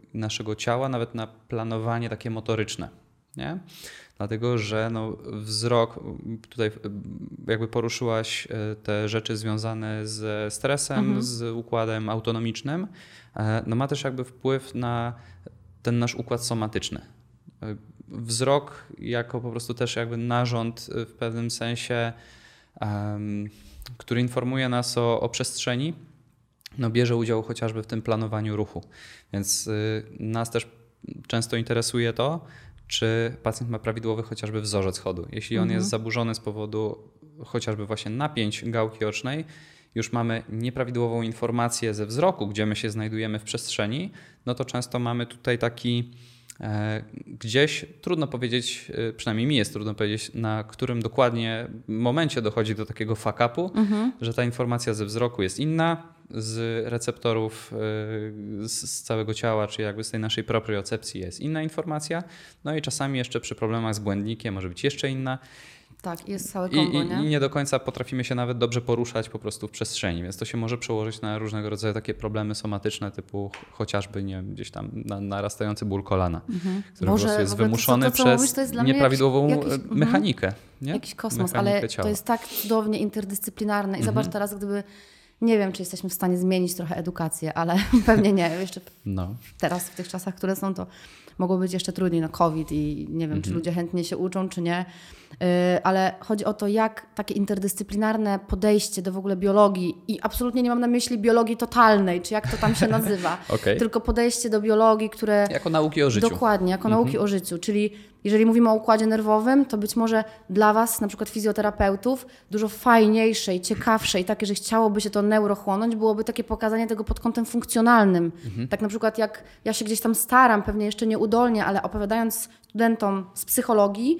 naszego ciała, nawet na planowanie takie motoryczne. Nie? Dlatego, że wzrok, tutaj jakby poruszyłaś te rzeczy związane ze stresem, z układem autonomicznym, ma też jakby wpływ na ten nasz układ somatyczny. Wzrok jako po prostu też jakby narząd w pewnym sensie, który informuje nas o przestrzeni, bierze udział chociażby w tym planowaniu ruchu. Więc nas też często interesuje to, czy pacjent ma prawidłowy chociażby wzorzec chodu. Jeśli on jest zaburzony z powodu chociażby właśnie napięć gałki ocznej, już mamy nieprawidłową informację ze wzroku, gdzie my się znajdujemy w przestrzeni, to często mamy tutaj taki gdzieś, trudno powiedzieć, przynajmniej mi jest trudno powiedzieć, na którym dokładnie momencie dochodzi do takiego fuck-upu, że ta informacja ze wzroku jest inna, z receptorów z całego ciała, czy jakby z tej naszej propriocepcji jest inna informacja, i czasami jeszcze przy problemach z błędnikiem może być jeszcze inna. Tak, jest całe kombo, I nie do końca potrafimy się nawet dobrze poruszać po prostu w przestrzeni, więc to się może przełożyć na różnego rodzaju takie problemy somatyczne, typu chociażby gdzieś tam narastający ból kolana, który po prostu jest wymuszony przez nieprawidłową mechanikę. Nie? Jakiś kosmos, ale ciała. To jest tak cudownie interdyscyplinarne i zobacz teraz, gdyby, nie wiem, czy jesteśmy w stanie zmienić trochę edukację, ale pewnie nie, jeszcze teraz w tych czasach, które są, to mogło być jeszcze trudniej, COVID i nie wiem, czy ludzie chętnie się uczą, czy nie. Ale chodzi o to, jak takie interdyscyplinarne podejście do w ogóle biologii i absolutnie nie mam na myśli biologii totalnej, czy jak to tam się nazywa, tylko podejście do biologii, które... Jako nauki o życiu. Dokładnie, jako nauki o życiu, czyli jeżeli mówimy o układzie nerwowym, to być może dla Was, na przykład fizjoterapeutów, dużo fajniejsze i ciekawsze i takie, że chciałoby się to neurochłonąć, byłoby takie pokazanie tego pod kątem funkcjonalnym. Tak na przykład jak ja się gdzieś tam staram, pewnie jeszcze nieudolnie, ale opowiadając studentom z psychologii,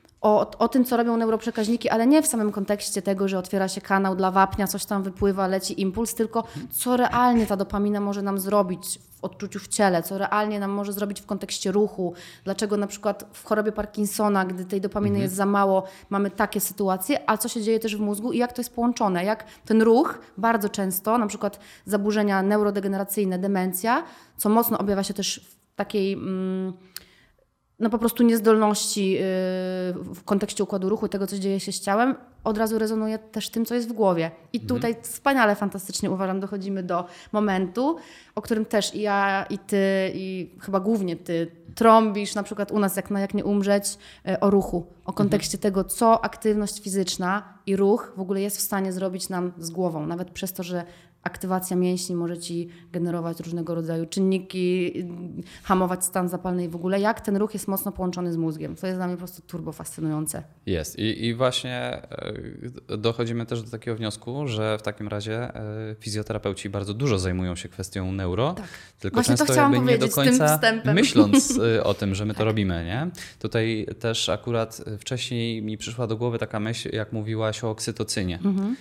o tym, co robią neuroprzekaźniki, ale nie w samym kontekście tego, że otwiera się kanał dla wapnia, coś tam wypływa, leci impuls, tylko co realnie ta dopamina może nam zrobić w odczuciu w ciele, co realnie nam może zrobić w kontekście ruchu, dlaczego na przykład w chorobie Parkinsona, gdy tej dopaminy jest za mało, mamy takie sytuacje, a co się dzieje też w mózgu i jak to jest połączone, jak ten ruch bardzo często, na przykład zaburzenia neurodegeneracyjne, demencja, co mocno objawia się też w takiej... po prostu niezdolności w kontekście układu ruchu, tego, co dzieje się z ciałem, od razu rezonuje też tym, co jest w głowie. I tutaj wspaniale, fantastycznie uważam, dochodzimy do momentu, o którym też i ja, i ty, i chyba głównie ty trąbisz, na przykład u nas, jak nie umrzeć, o ruchu, o kontekście tego, co aktywność fizyczna i ruch w ogóle jest w stanie zrobić nam z głową, nawet przez to, że aktywacja mięśni może ci generować różnego rodzaju czynniki, hamować stan zapalny i w ogóle jak ten ruch jest mocno połączony z mózgiem. To jest dla mnie po prostu turbo fascynujące. Jest i właśnie dochodzimy też do takiego wniosku, że w takim razie fizjoterapeuci bardzo dużo zajmują się kwestią neuro, tylko właśnie często jakby nie do końca myśląc o tym, że my to robimy. Nie? Tutaj też akurat wcześniej mi przyszła do głowy taka myśl, jak mówiłaś o oksytocynie.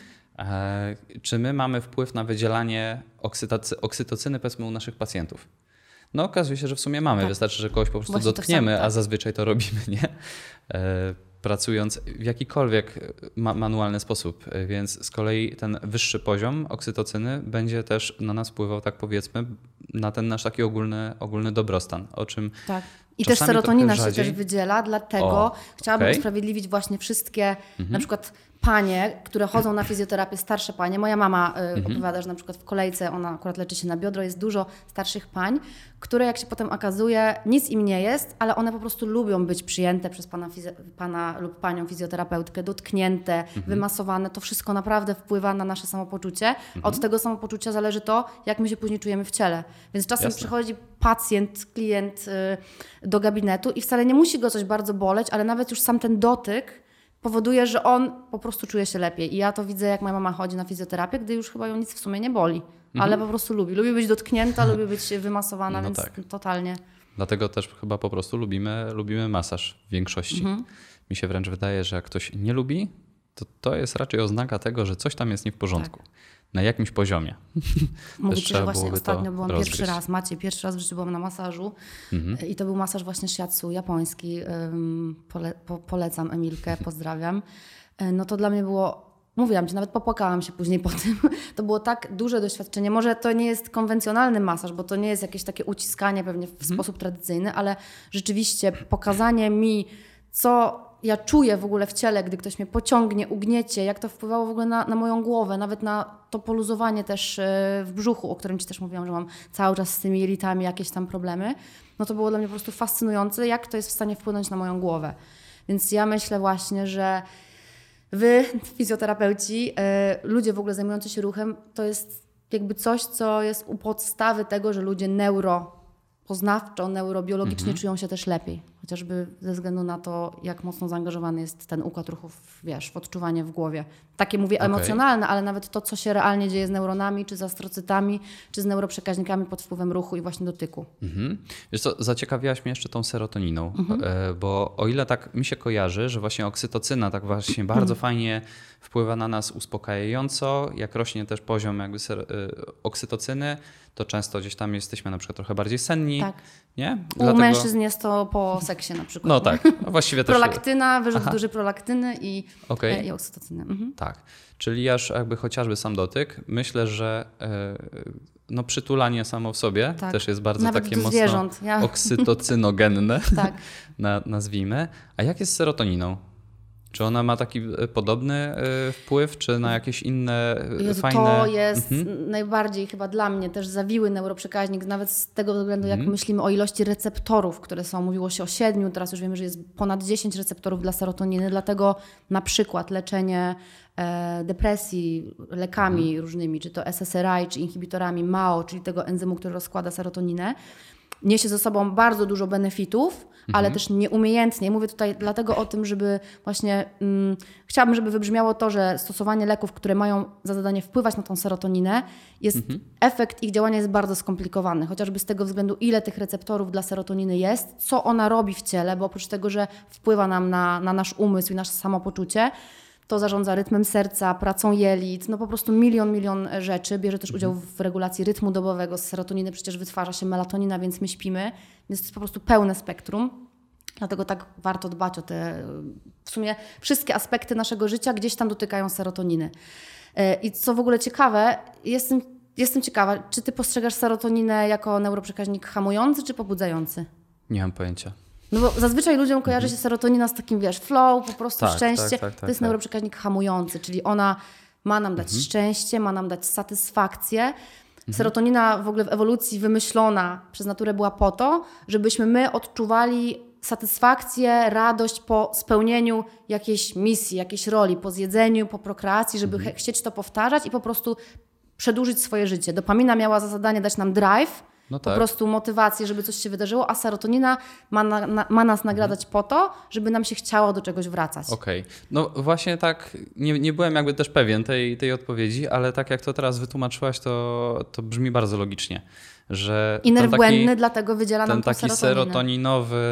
Czy my mamy wpływ na wydzielanie oksytocyny, powiedzmy, u naszych pacjentów? Okazuje się, że w sumie mamy. Wystarczy, że kogoś po prostu właśnie dotkniemy, a zazwyczaj to robimy, nie? Pracując w jakikolwiek manualny sposób. Więc z kolei ten wyższy poziom oksytocyny będzie też na nas wpływał, tak powiedzmy, na ten nasz taki ogólny dobrostan, o czym i też serotonina się też wydziela, dlatego chciałabym usprawiedliwić właśnie wszystkie na przykład panie, które chodzą na fizjoterapię, starsze panie. Moja mama opowiada, że na przykład w kolejce, ona akurat leczy się na biodro, jest dużo starszych pań, które jak się potem okazuje, nic im nie jest, ale one po prostu lubią być przyjęte przez pana lub panią fizjoterapeutkę, dotknięte, wymasowane. To wszystko naprawdę wpływa na nasze samopoczucie. Od tego samopoczucia zależy to, jak my się później czujemy w ciele. Więc czasem przychodzi pacjent, klient do gabinetu i wcale nie musi go coś bardzo boleć, ale nawet już sam ten dotyk powoduje, że on po prostu czuje się lepiej. I ja to widzę, jak moja mama chodzi na fizjoterapię, gdy już chyba ją nic w sumie nie boli. Ale po prostu lubi. Lubi być dotknięta, lubi być wymasowana, więc totalnie. Dlatego też chyba po prostu lubimy masaż w większości. Mi się wręcz wydaje, że jak ktoś nie lubi, to jest raczej oznaka tego, że coś tam jest nie w porządku. Na jakimś poziomie. Mówię ci, że właśnie ostatnio byłam pierwszy raz w życiu byłam na masażu i to był masaż właśnie shiatsu japoński. Polecam Emilkę, pozdrawiam. To dla mnie było mówiłam Ci, nawet popłakałam się później po tym. To było tak duże doświadczenie. Może to nie jest konwencjonalny masaż, bo to nie jest jakieś takie uciskanie pewnie w sposób tradycyjny, ale rzeczywiście pokazanie mi, co ja czuję w ogóle w ciele, gdy ktoś mnie pociągnie, ugniecie, jak to wpływało w ogóle na moją głowę, nawet na to poluzowanie też w brzuchu, o którym Ci też mówiłam, że mam cały czas z tymi jelitami jakieś tam problemy. No to było dla mnie po prostu fascynujące, jak to jest w stanie wpłynąć na moją głowę. Więc ja myślę właśnie, że Wy, fizjoterapeuci, ludzie w ogóle zajmujący się ruchem, to jest jakby coś, co jest u podstawy tego, że ludzie neuropoznawczo, neurobiologicznie czują się też lepiej. Chociażby ze względu na to, jak mocno zaangażowany jest ten układ ruchów, w odczuwanie w głowie. Takie mówię emocjonalne, ale nawet to, co się realnie dzieje z neuronami, czy z astrocytami, czy z neuroprzekaźnikami pod wpływem ruchu i właśnie dotyku. Wiesz co, zaciekawiłaś mnie jeszcze tą serotoniną, bo o ile tak mi się kojarzy, że właśnie oksytocyna tak właśnie bardzo fajnie wpływa na nas uspokajająco, jak rośnie też poziom jakby oksytocyny, to często gdzieś tam jesteśmy na przykład trochę bardziej senni. Tak. Nie? U mężczyzn jest to po seksie na przykład. No tak, no właściwie też. Prolaktyna, wyrzut duży prolaktyny i oksytocyny. Tak, czyli aż jakby chociażby sam dotyk, myślę, że przytulanie samo w sobie też jest bardzo nawet takie do mocno zwierząt. oksytocynogenne, Tak. nazwijmy. A jak jest z serotoniną? Czy ona ma taki podobny wpływ, czy na jakieś inne fajne... To jest najbardziej chyba dla mnie też zawiły neuroprzekaźnik, nawet z tego względu, jak myślimy o ilości receptorów, które są. Mówiło się o 7, teraz już wiemy, że jest ponad 10 receptorów dla serotoniny, dlatego na przykład leczenie depresji lekami różnymi, czy to SSRI, czy inhibitorami MAO, czyli tego enzymu, który rozkłada serotoninę, niesie ze sobą bardzo dużo benefitów, ale też nieumiejętnie. Mówię tutaj dlatego o tym, żeby właśnie chciałabym, żeby wybrzmiało to, że stosowanie leków, które mają za zadanie wpływać na tą serotoninę, efekt ich działania jest bardzo skomplikowany. Chociażby z tego względu, ile tych receptorów dla serotoniny jest, co ona robi w ciele, bo oprócz tego, że wpływa nam na nasz umysł i nasze samopoczucie, to zarządza rytmem serca, pracą jelit, no po prostu milion rzeczy. Bierze też udział w regulacji rytmu dobowego. Z serotoniny przecież wytwarza się melatonina, więc my śpimy. Więc to jest po prostu pełne spektrum. Dlatego tak warto dbać o te, w sumie wszystkie aspekty naszego życia gdzieś tam dotykają serotoniny. I co w ogóle ciekawe, jestem ciekawa, czy Ty postrzegasz serotoninę jako neuroprzekaźnik hamujący czy pobudzający? Nie mam pojęcia. No bo zazwyczaj ludziom kojarzy się serotonina z takim, flow, po prostu szczęście. To jest neuroprzekaźnik hamujący, czyli ona ma nam dać szczęście, ma nam dać satysfakcję. Serotonina w ogóle w ewolucji wymyślona przez naturę była po to, żebyśmy my odczuwali satysfakcję, radość po spełnieniu jakiejś misji, jakiejś roli, po zjedzeniu, po prokreacji, żeby chcieć to powtarzać i po prostu przedłużyć swoje życie. Dopamina miała za zadanie dać nam drive, po prostu motywację, żeby coś się wydarzyło, a serotonina ma nas nagradzać po to, żeby nam się chciało do czegoś wracać. Okej. No właśnie tak, nie byłem jakby też pewien tej odpowiedzi, ale tak jak to teraz wytłumaczyłaś, to brzmi bardzo logicznie. Że i nerw błędny dlatego wydziela nam tą ten taki serotoninowy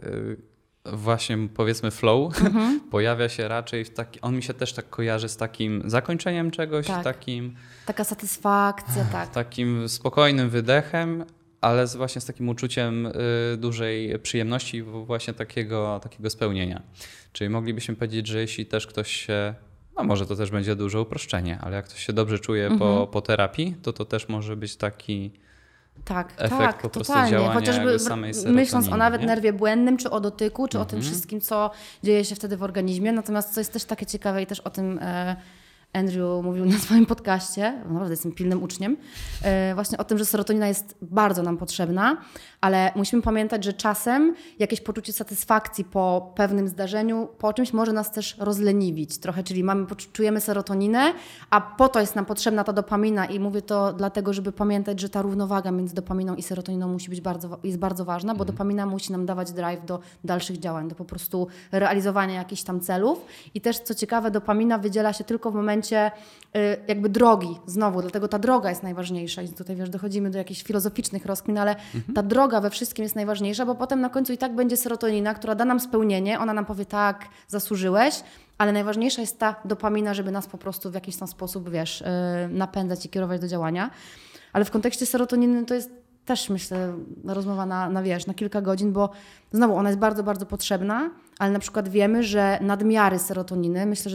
właśnie powiedzmy flow pojawia się raczej on mi się też tak kojarzy z takim zakończeniem czegoś, taka satysfakcja, takim spokojnym wydechem, ale właśnie z takim uczuciem dużej przyjemności i właśnie takiego spełnienia. Czyli moglibyśmy powiedzieć, że jeśli też ktoś się, no może to też będzie duże uproszczenie, ale jak ktoś się dobrze czuje po terapii, to też może być taki efekt po prostu działania chociażby samej serotoniny. Myśląc o nawet nerwie błędnym, czy o dotyku, czy o tym wszystkim, co dzieje się wtedy w organizmie. Natomiast co jest też takie ciekawe i też o tym Andrew mówił na swoim podcaście, naprawdę jestem pilnym uczniem, właśnie o tym, że serotonina jest bardzo nam potrzebna, ale musimy pamiętać, że czasem jakieś poczucie satysfakcji po pewnym zdarzeniu, po czymś może nas też rozleniwić trochę, czyli czujemy serotoninę, a po to jest nam potrzebna ta dopamina i mówię to dlatego, żeby pamiętać, że ta równowaga między dopaminą i serotoniną musi być jest bardzo ważna, bo dopamina musi nam dawać drive do dalszych działań, do po prostu realizowania jakichś tam celów i też co ciekawe, dopamina wydziela się tylko w momencie jakby drogi, znowu, dlatego ta droga jest najważniejsza i tutaj dochodzimy do jakichś filozoficznych rozkmin, ale ta droga we wszystkim jest najważniejsza, bo potem na końcu i tak będzie serotonina, która da nam spełnienie, ona nam powie tak, zasłużyłeś, ale najważniejsza jest ta dopamina, żeby nas po prostu w jakiś tam sposób, napędzać i kierować do działania. Ale w kontekście serotoniny to jest też, myślę, rozmowa na kilka godzin, bo znowu ona jest bardzo, bardzo potrzebna, ale na przykład wiemy, że nadmiary serotoniny, myślę, że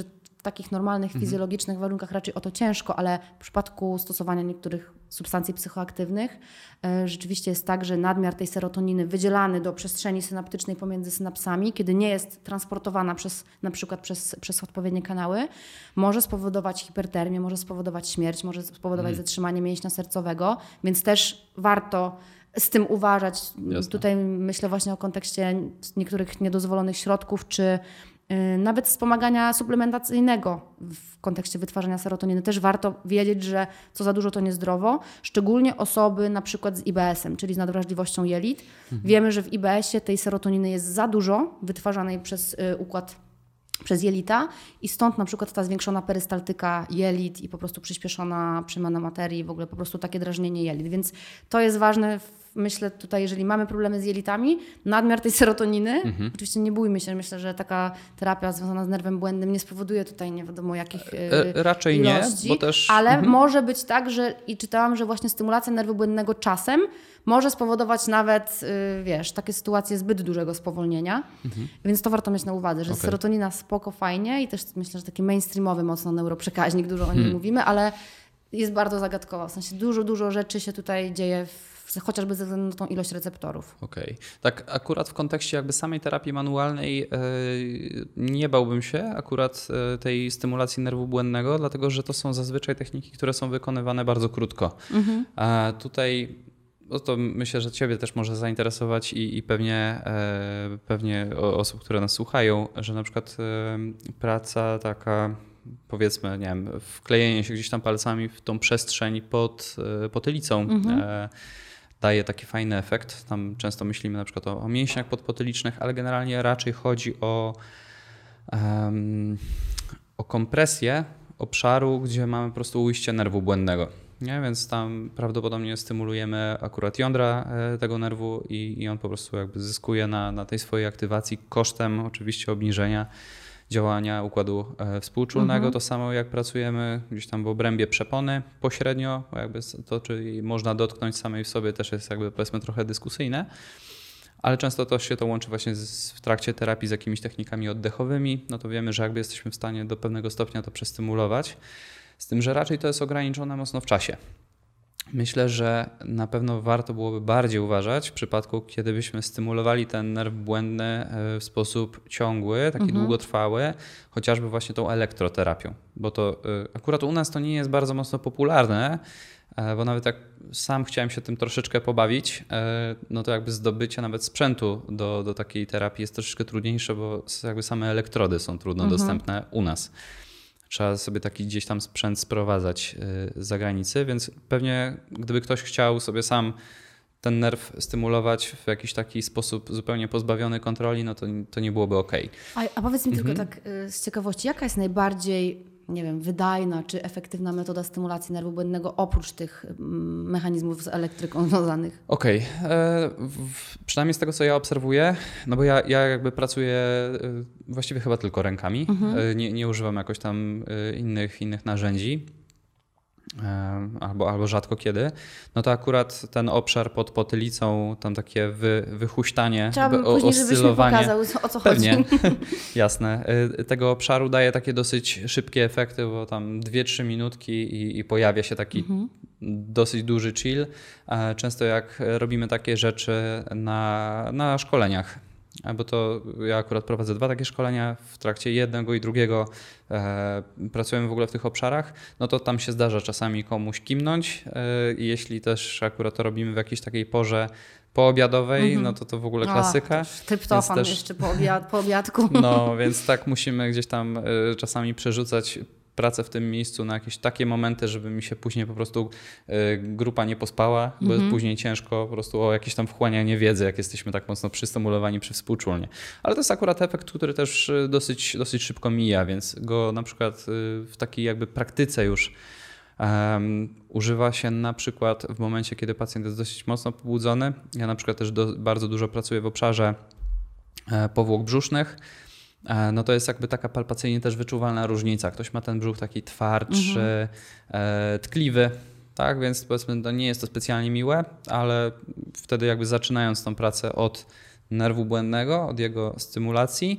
takich normalnych, fizjologicznych warunkach raczej o to ciężko, ale w przypadku stosowania niektórych substancji psychoaktywnych rzeczywiście jest tak, że nadmiar tej serotoniny wydzielany do przestrzeni synaptycznej pomiędzy synapsami, kiedy nie jest transportowana na przykład przez odpowiednie kanały, może spowodować hipertermię, może spowodować śmierć, może spowodować zatrzymanie mięśnia sercowego, więc też warto z tym uważać. Jasne. Tutaj myślę właśnie o kontekście niektórych niedozwolonych środków, czy nawet wspomagania suplementacyjnego w kontekście wytwarzania serotoniny. Też warto wiedzieć, że co za dużo to niezdrowo, szczególnie osoby na przykład z IBS-em, czyli z nadwrażliwością jelit. Wiemy, że w IBS-ie tej serotoniny jest za dużo wytwarzanej przez układ, przez jelita i stąd na przykład ta zwiększona perystaltyka jelit i po prostu przyspieszona przemiana materii, w ogóle po prostu takie drażnienie jelit. Więc to jest ważne, myślę tutaj, jeżeli mamy problemy z jelitami, nadmiar tej serotoniny, oczywiście nie bójmy się, myślę, że taka terapia związana z nerwem błędnym nie spowoduje tutaj nie wiadomo jakich raczej ilości, nie, bo też... ale może być tak, że i czytałam, że właśnie stymulacja nerwu błędnego czasem może spowodować nawet, takie sytuacje zbyt dużego spowolnienia, więc to warto mieć na uwadze, że serotonina spoko, fajnie i też myślę, że taki mainstreamowy mocno neuroprzekaźnik, dużo o nim mówimy, ale jest bardzo zagadkowa, w sensie dużo rzeczy się tutaj dzieje chociażby ze względu na tą ilość receptorów. Okej. Tak akurat w kontekście jakby samej terapii manualnej nie bałbym się akurat tej stymulacji nerwu błędnego, dlatego że to są zazwyczaj techniki, które są wykonywane bardzo krótko. A tutaj to myślę, że Ciebie też może zainteresować i pewnie osób, które nas słuchają, że na przykład praca taka, powiedzmy, nie wiem, wklejenie się gdzieś tam palcami w tą przestrzeń pod potylicą daje taki fajny efekt. Tam często myślimy na przykład o mięśniach podpotylicznych, ale generalnie raczej chodzi o kompresję obszaru, gdzie mamy po prostu ujście nerwu błędnego. Nie? Więc tam prawdopodobnie stymulujemy akurat jądra tego nerwu i on po prostu jakby zyskuje na tej swojej aktywacji kosztem oczywiście obniżenia działania układu współczulnego. To samo jak pracujemy gdzieś tam w obrębie przepony pośrednio, bo jakby to, czyli można dotknąć samej w sobie, też jest jakby powiedzmy trochę dyskusyjne, ale często to się to łączy właśnie w trakcie terapii z jakimiś technikami oddechowymi, no to wiemy, że jakby jesteśmy w stanie do pewnego stopnia to przestymulować, z tym, że raczej to jest ograniczone mocno w czasie. Myślę, że na pewno warto byłoby bardziej uważać w przypadku, kiedy byśmy stymulowali ten nerw błędny w sposób ciągły, taki długotrwały, chociażby właśnie tą elektroterapią. Bo to akurat u nas to nie jest bardzo mocno popularne, bo nawet jak sam chciałem się tym troszeczkę pobawić, no to jakby zdobycie nawet sprzętu do takiej terapii jest troszeczkę trudniejsze, bo jakby same elektrody są trudno dostępne u nas. Trzeba sobie taki gdzieś tam sprzęt sprowadzać z zagranicy, więc pewnie gdyby ktoś chciał sobie sam ten nerw stymulować w jakiś taki sposób zupełnie pozbawiony kontroli, no to nie byłoby okej. A powiedz mi tylko tak z ciekawości, jaka jest najbardziej, nie wiem, wydajna czy efektywna metoda stymulacji nerwu błędnego oprócz tych mechanizmów z elektryką związanych? Okej. Przynajmniej z tego, co ja obserwuję, no bo ja jakby pracuję właściwie chyba tylko rękami, nie używam jakoś tam innych narzędzi. Albo rzadko kiedy, no to akurat ten obszar pod potylicą, tam takie wyhuśtanie, później, oscylowanie. Żebyś mi pokazał, o co Pewnie. chodzi. Jasne. Tego obszaru daje takie dosyć szybkie efekty, bo tam 2-3 minutki i pojawia się taki dosyć duży chill. Często jak robimy takie rzeczy na szkoleniach, bo to ja akurat prowadzę 2 takie szkolenia, w trakcie jednego i drugiego pracujemy w ogóle w tych obszarach, no to tam się zdarza czasami komuś kimnąć i jeśli też akurat to robimy w jakiejś takiej porze poobiadowej, no to w ogóle klasyka. Tryptofan też, jeszcze po obiadku. No, więc tak musimy gdzieś tam czasami przerzucać pracę w tym miejscu na jakieś takie momenty, żeby mi się później po prostu grupa nie pospała, bo jest później ciężko po prostu o jakieś tam wchłanianie wiedzy, jak jesteśmy tak mocno przystymulowani przywspółczulnie. Ale to jest akurat efekt, który też dosyć szybko mija, więc go na przykład w takiej jakby praktyce już używa się na przykład w momencie, kiedy pacjent jest dosyć mocno pobudzony. Ja na przykład też bardzo dużo pracuję w obszarze powłok brzusznych. No to jest jakby taka palpacyjnie też wyczuwalna różnica. Ktoś ma ten brzuch taki twardszy, tkliwy, tak? Więc powiedzmy, to nie jest to specjalnie miłe, ale wtedy jakby zaczynając tą pracę od nerwu błędnego, od jego stymulacji,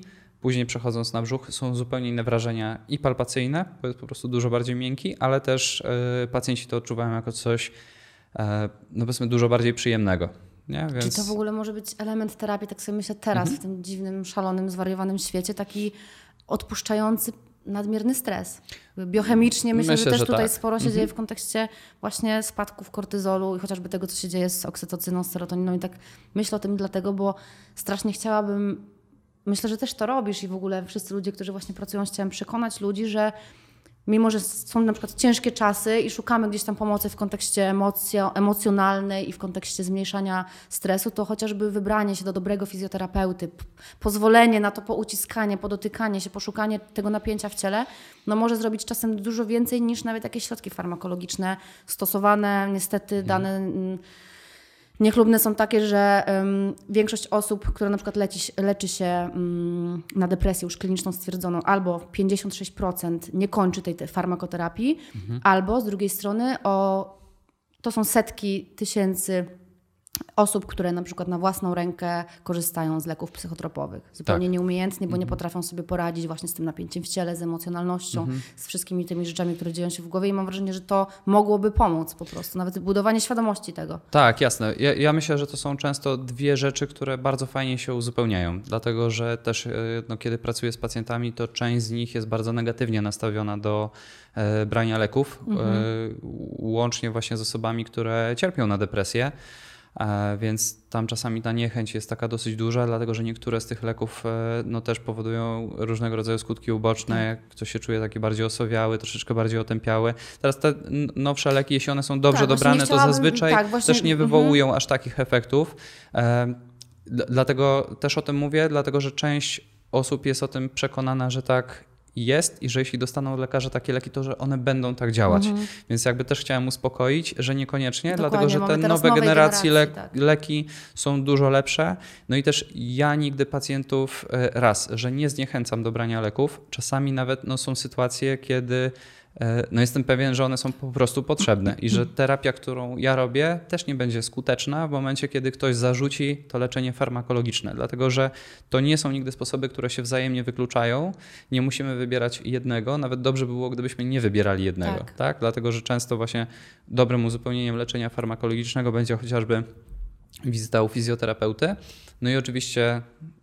później przechodząc na brzuch są zupełnie inne wrażenia i palpacyjne, bo jest po prostu dużo bardziej miękki, ale też pacjenci to odczuwają jako coś no powiedzmy dużo bardziej przyjemnego. Nie? Więc... Czy to w ogóle może być element terapii, tak sobie myślę teraz w tym dziwnym, szalonym, zwariowanym świecie, taki odpuszczający nadmierny stres. Biochemicznie myślę, że też tutaj tak. Sporo się dzieje w kontekście właśnie spadków kortyzolu i chociażby tego, co się dzieje z oksytocyną, z serotoniną i tak myślę o tym dlatego, bo strasznie chciałabym, myślę, że też to robisz i w ogóle wszyscy ludzie, którzy właśnie pracują z ciałem, przekonać ludzi, że mimo, że są na przykład ciężkie czasy i szukamy gdzieś tam pomocy w kontekście emocjonalnej i w kontekście zmniejszania stresu, to chociażby wybranie się do dobrego fizjoterapeuty, pozwolenie na to pouciskanie, podotykanie się, poszukanie tego napięcia w ciele, no może zrobić czasem dużo więcej niż nawet jakieś środki farmakologiczne stosowane. Niestety dane niechlubne są takie, że większość osób, która na przykład leczy się na depresję już kliniczną stwierdzoną, albo 56% nie kończy tej farmakoterapii, albo z drugiej strony to są setki tysięcy osób, które na przykład na własną rękę korzystają z leków psychotropowych. Zupełnie nieumiejętnie, bo nie potrafią sobie poradzić właśnie z tym napięciem w ciele, z emocjonalnością, z wszystkimi tymi rzeczami, które dzieją się w głowie i mam wrażenie, że to mogłoby pomóc po prostu, nawet budowanie świadomości tego. Tak, jasne. Ja myślę, że to są często dwie rzeczy, które bardzo fajnie się uzupełniają, dlatego że też kiedy pracuję z pacjentami, to część z nich jest bardzo negatywnie nastawiona do brania leków, łącznie właśnie z osobami, które cierpią na depresję. Więc tam czasami ta niechęć jest taka dosyć duża, dlatego że niektóre z tych leków no, też powodują różnego rodzaju skutki uboczne. Jak ktoś się czuje taki bardziej osowiały, troszeczkę bardziej otępiały. Teraz te nowsze leki, jeśli one są dobrze dobrane, to zazwyczaj też nie wywołują aż takich efektów. Dlatego też o tym mówię, dlatego że część osób jest o tym przekonana, że tak jest i że jeśli dostaną lekarze takie leki, to że one będą tak działać. Więc jakby też chciałem uspokoić, że niekoniecznie, dlatego że te nowe generacje leki są dużo lepsze. No i też ja nigdy pacjentów że nie zniechęcam do brania leków. Czasami nawet są sytuacje, kiedy jestem pewien, że one są po prostu potrzebne i że terapia, którą ja robię, też nie będzie skuteczna w momencie, kiedy ktoś zarzuci to leczenie farmakologiczne, dlatego że to nie są nigdy sposoby, które się wzajemnie wykluczają. Nie musimy wybierać jednego, nawet dobrze by było, gdybyśmy nie wybierali jednego, tak? Dlatego że często właśnie dobrym uzupełnieniem leczenia farmakologicznego będzie chociażby wizyta u fizjoterapeuty. No i oczywiście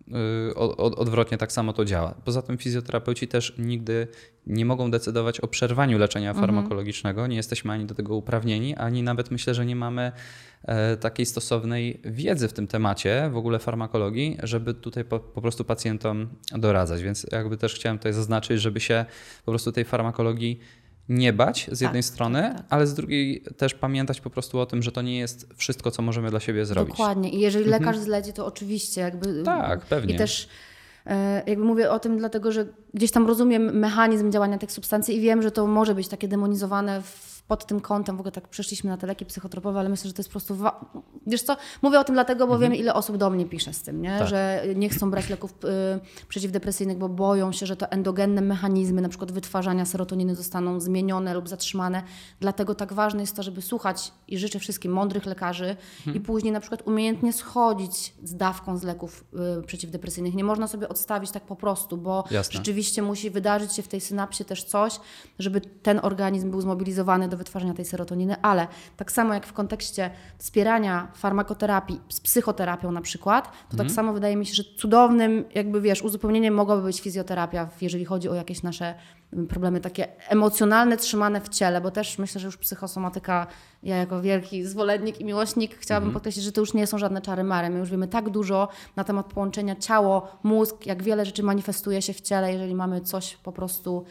odwrotnie tak samo to działa. Poza tym fizjoterapeuci też nigdy nie mogą decydować o przerwaniu leczenia farmakologicznego. Nie jesteśmy ani do tego uprawnieni, ani nawet myślę, że nie mamy takiej stosownej wiedzy w tym temacie, w ogóle farmakologii, żeby tutaj po prostu pacjentom doradzać. Więc jakby też chciałem tutaj zaznaczyć, żeby się po prostu tej farmakologii nie bać z jednej strony, ale z drugiej też pamiętać po prostu o tym, że to nie jest wszystko, co możemy dla siebie zrobić. Dokładnie. I jeżeli lekarz zleci, to oczywiście jakby... Tak, pewnie. I też jakby mówię o tym dlatego, że gdzieś tam rozumiem mechanizm działania tych substancji i wiem, że to może być takie demonizowane pod tym kątem. W ogóle tak przeszliśmy na te leki psychotropowe, ale myślę, że to jest po prostu... Wiesz co, mówię o tym dlatego, bo wiem, ile osób do mnie pisze z tym, nie? Że nie chcą brać leków przeciwdepresyjnych, bo boją się, że to endogenne mechanizmy, na przykład wytwarzania serotoniny zostaną zmienione lub zatrzymane. Dlatego tak ważne jest to, żeby słuchać i życzę wszystkim mądrych lekarzy i później na przykład umiejętnie schodzić z dawką z leków przeciwdepresyjnych. Nie można sobie odstawić tak po prostu, bo rzeczywiście musi wydarzyć się w tej synapsie też coś, żeby ten organizm był zmobilizowany do wytwarzania tej serotoniny, ale tak samo jak w kontekście wspierania farmakoterapii z psychoterapią na przykład, to tak samo wydaje mi się, że cudownym uzupełnieniem mogłaby być fizjoterapia, jeżeli chodzi o jakieś nasze problemy takie emocjonalne, trzymane w ciele, bo też myślę, że już psychosomatyka, ja jako wielki zwolennik i miłośnik chciałabym podkreślić, że to już nie są żadne czary-mary. My już wiemy tak dużo na temat połączenia ciało-mózg, jak wiele rzeczy manifestuje się w ciele, jeżeli mamy coś po prostu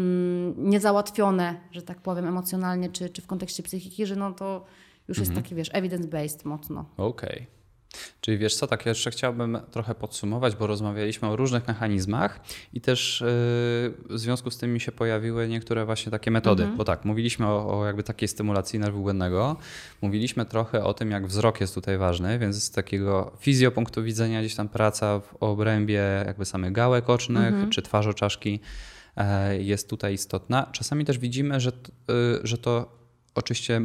niezałatwione, że tak powiem, emocjonalnie czy w kontekście psychiki, że no to już jest taki, evidence-based mocno. Okej. Czyli wiesz co, tak jeszcze chciałbym trochę podsumować, bo rozmawialiśmy o różnych mechanizmach i też w związku z tym mi się pojawiły niektóre właśnie takie metody, bo tak, mówiliśmy o jakby takiej stymulacji nerwu błędnego, mówiliśmy trochę o tym, jak wzrok jest tutaj ważny, więc z takiego fizjopunktu widzenia gdzieś tam praca w obrębie jakby samych gałek ocznych czy twarzoczaszki jest tutaj istotna. Czasami też widzimy, że to oczywiście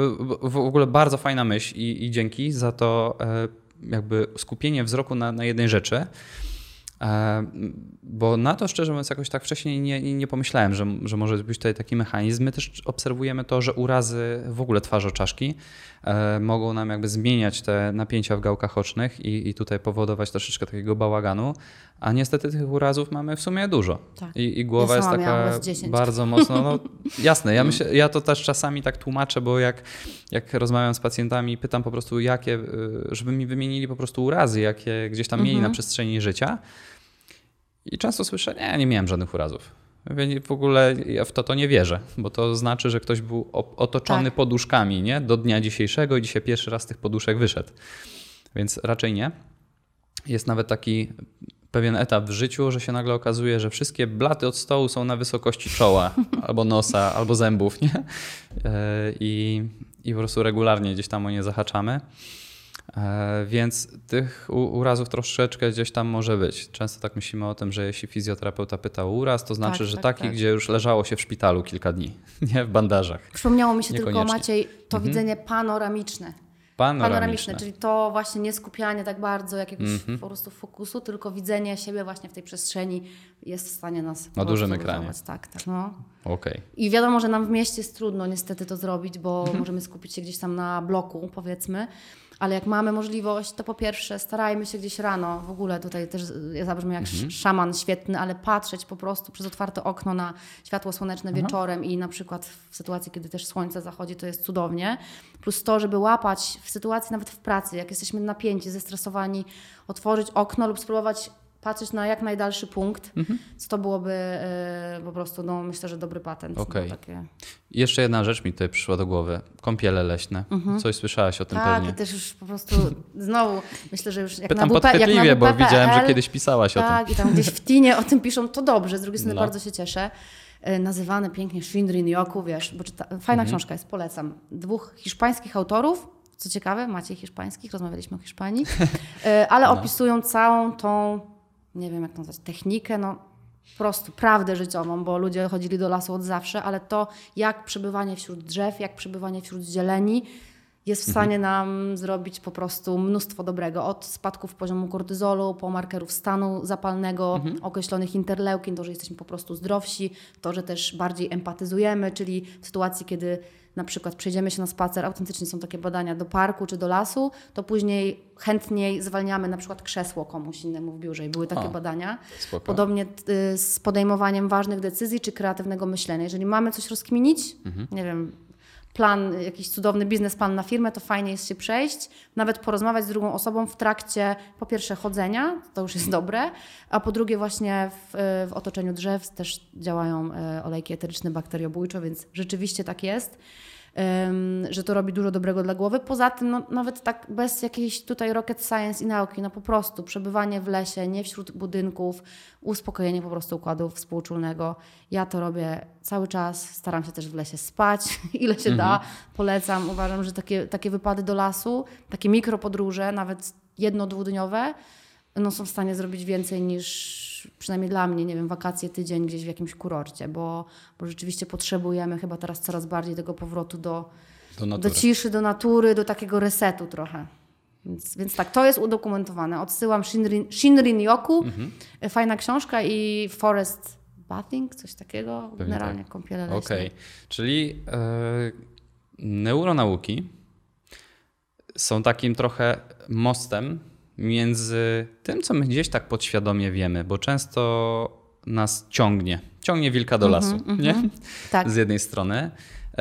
w ogóle bardzo fajna myśl i dzięki za to jakby skupienie wzroku na jednej rzeczy. Bo na to szczerze mówiąc jakoś tak wcześniej nie pomyślałem, że może być tutaj taki mechanizm. My też obserwujemy to, że urazy w ogóle twarzoczaszki mogą nam jakby zmieniać te napięcia w gałkach ocznych i tutaj powodować troszeczkę takiego bałaganu, a niestety tych urazów mamy w sumie dużo. Tak. I głowa jest taka bardzo mocno, no jasne, ja to też czasami tak tłumaczę, bo jak rozmawiam z pacjentami, pytam po prostu jakie, żeby mi wymienili po prostu urazy, jakie gdzieś tam mieli na przestrzeni życia. I często słyszę, nie miałem żadnych urazów. W ogóle ja w to nie wierzę, bo to znaczy, że ktoś był otoczony poduszkami, nie? Do dnia dzisiejszego i dzisiaj pierwszy raz z tych poduszek wyszedł. Więc raczej nie. Jest nawet taki pewien etap w życiu, że się nagle okazuje, że wszystkie blaty od stołu są na wysokości czoła, albo nosa, albo zębów, nie? I po prostu regularnie gdzieś tam o nie zahaczamy. Więc tych urazów troszeczkę gdzieś tam może być. Często tak myślimy o tym, że jeśli fizjoterapeuta pyta o uraz, to znaczy, że taki, gdzie już leżało się w szpitalu kilka dni, nie w bandażach. Przypomniało mi się tylko, Maciej, to widzenie panoramiczne. Panoramiczne, czyli to właśnie nie skupianie tak bardzo jakiegoś po prostu fokusu, tylko widzenie siebie właśnie w tej przestrzeni jest w stanie nas na dużym ekranie. Tak. No. Okay. I wiadomo, że nam w mieście jest trudno niestety to zrobić, bo możemy skupić się gdzieś tam na bloku, powiedzmy. Ale jak mamy możliwość, to po pierwsze starajmy się gdzieś rano, w ogóle tutaj też ja zabrzmię jak szaman świetny, ale patrzeć po prostu przez otwarte okno na światło słoneczne wieczorem i na przykład w sytuacji, kiedy też słońce zachodzi, to jest cudownie. Plus to, żeby łapać w sytuacji nawet w pracy, jak jesteśmy napięci, zestresowani, otworzyć okno lub spróbować patrzeć na jak najdalszy punkt, co to byłoby po prostu, no myślę, że dobry patent. Okay. No, takie... Jeszcze jedna rzecz mi tutaj przyszła do głowy. Kąpiele leśne. Coś słyszałaś o tym pewnie. Tak, też już po prostu znowu myślę, że już jak pytam na WP, podchwytliwie, jak na bo widziałem, że kiedyś pisałaś o tym. Tak, i tam gdzieś w Tinie o tym piszą, to dobrze, z drugiej strony bardzo się cieszę. Nazywane pięknie Shinrin-yoku, wiesz, bo fajna książka jest, polecam. 2 hiszpańskich autorów, co ciekawe, macie hiszpańskich, rozmawialiśmy o Hiszpanii, ale opisują całą tą, nie wiem jak to nazwać, technikę, no po prostu prawdę życiową, bo ludzie chodzili do lasu od zawsze, ale to jak przebywanie wśród drzew, jak przebywanie wśród zieleni jest w stanie nam zrobić po prostu mnóstwo dobrego. Od spadków poziomu kortyzolu, po markerów stanu zapalnego, określonych interleukin, to, że jesteśmy po prostu zdrowsi, to, że też bardziej empatyzujemy, czyli w sytuacji, kiedy na przykład przejdziemy się na spacer, autentycznie są takie badania do parku czy do lasu, to później chętniej zwalniamy na przykład krzesło komuś innemu w biurze i były takie badania. Spoko. Podobnie z podejmowaniem ważnych decyzji czy kreatywnego myślenia. Jeżeli mamy coś rozkminić, nie wiem, plan, jakiś cudowny biznesplan na firmę, to fajnie jest się przejść, nawet porozmawiać z drugą osobą w trakcie, po pierwsze chodzenia, to już jest dobre, a po drugie właśnie w otoczeniu drzew też działają olejki eteryczne bakteriobójcze, więc rzeczywiście tak jest, że to robi dużo dobrego dla głowy. Poza tym no, nawet tak bez jakiejś tutaj rocket science i nauki, no po prostu przebywanie w lesie, nie wśród budynków, uspokojenie po prostu układu współczulnego. Ja to robię cały czas, staram się też w lesie spać, ile się da, polecam. Uważam, że takie wypady do lasu, takie mikropodróże, nawet 1-2-dniowe, no są w stanie zrobić więcej niż przynajmniej dla mnie, nie wiem, wakacje, tydzień gdzieś w jakimś kurorcie, bo rzeczywiście potrzebujemy chyba teraz coraz bardziej tego powrotu do ciszy, do natury, do takiego resetu trochę. Więc tak, to jest udokumentowane. Odsyłam Shinrin-yoku, fajna książka i Forest Bathing, coś takiego, pewnie generalnie tak. kąpiele leśne. Okej, czyli neuronauki są takim trochę mostem między tym, co my gdzieś tak podświadomie wiemy, bo często nas ciągnie wilka do lasu, nie? Tak. Z jednej strony.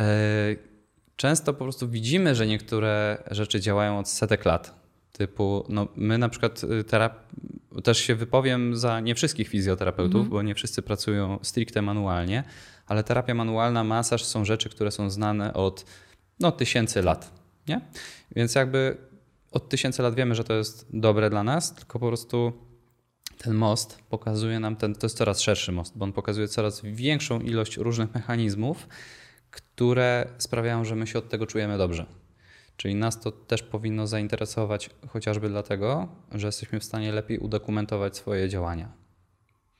Często po prostu widzimy, że niektóre rzeczy działają od setek lat. Typu, no my na przykład też się wypowiem za nie wszystkich fizjoterapeutów, bo nie wszyscy pracują stricte manualnie, ale terapia manualna, masaż są rzeczy, które są znane od tysięcy lat, nie? Więc jakby od 1000 lat wiemy, że to jest dobre dla nas, tylko po prostu ten most pokazuje nam, to jest coraz szerszy most, bo on pokazuje coraz większą ilość różnych mechanizmów, które sprawiają, że my się od tego czujemy dobrze. Czyli nas to też powinno zainteresować chociażby dlatego, że jesteśmy w stanie lepiej udokumentować swoje działania.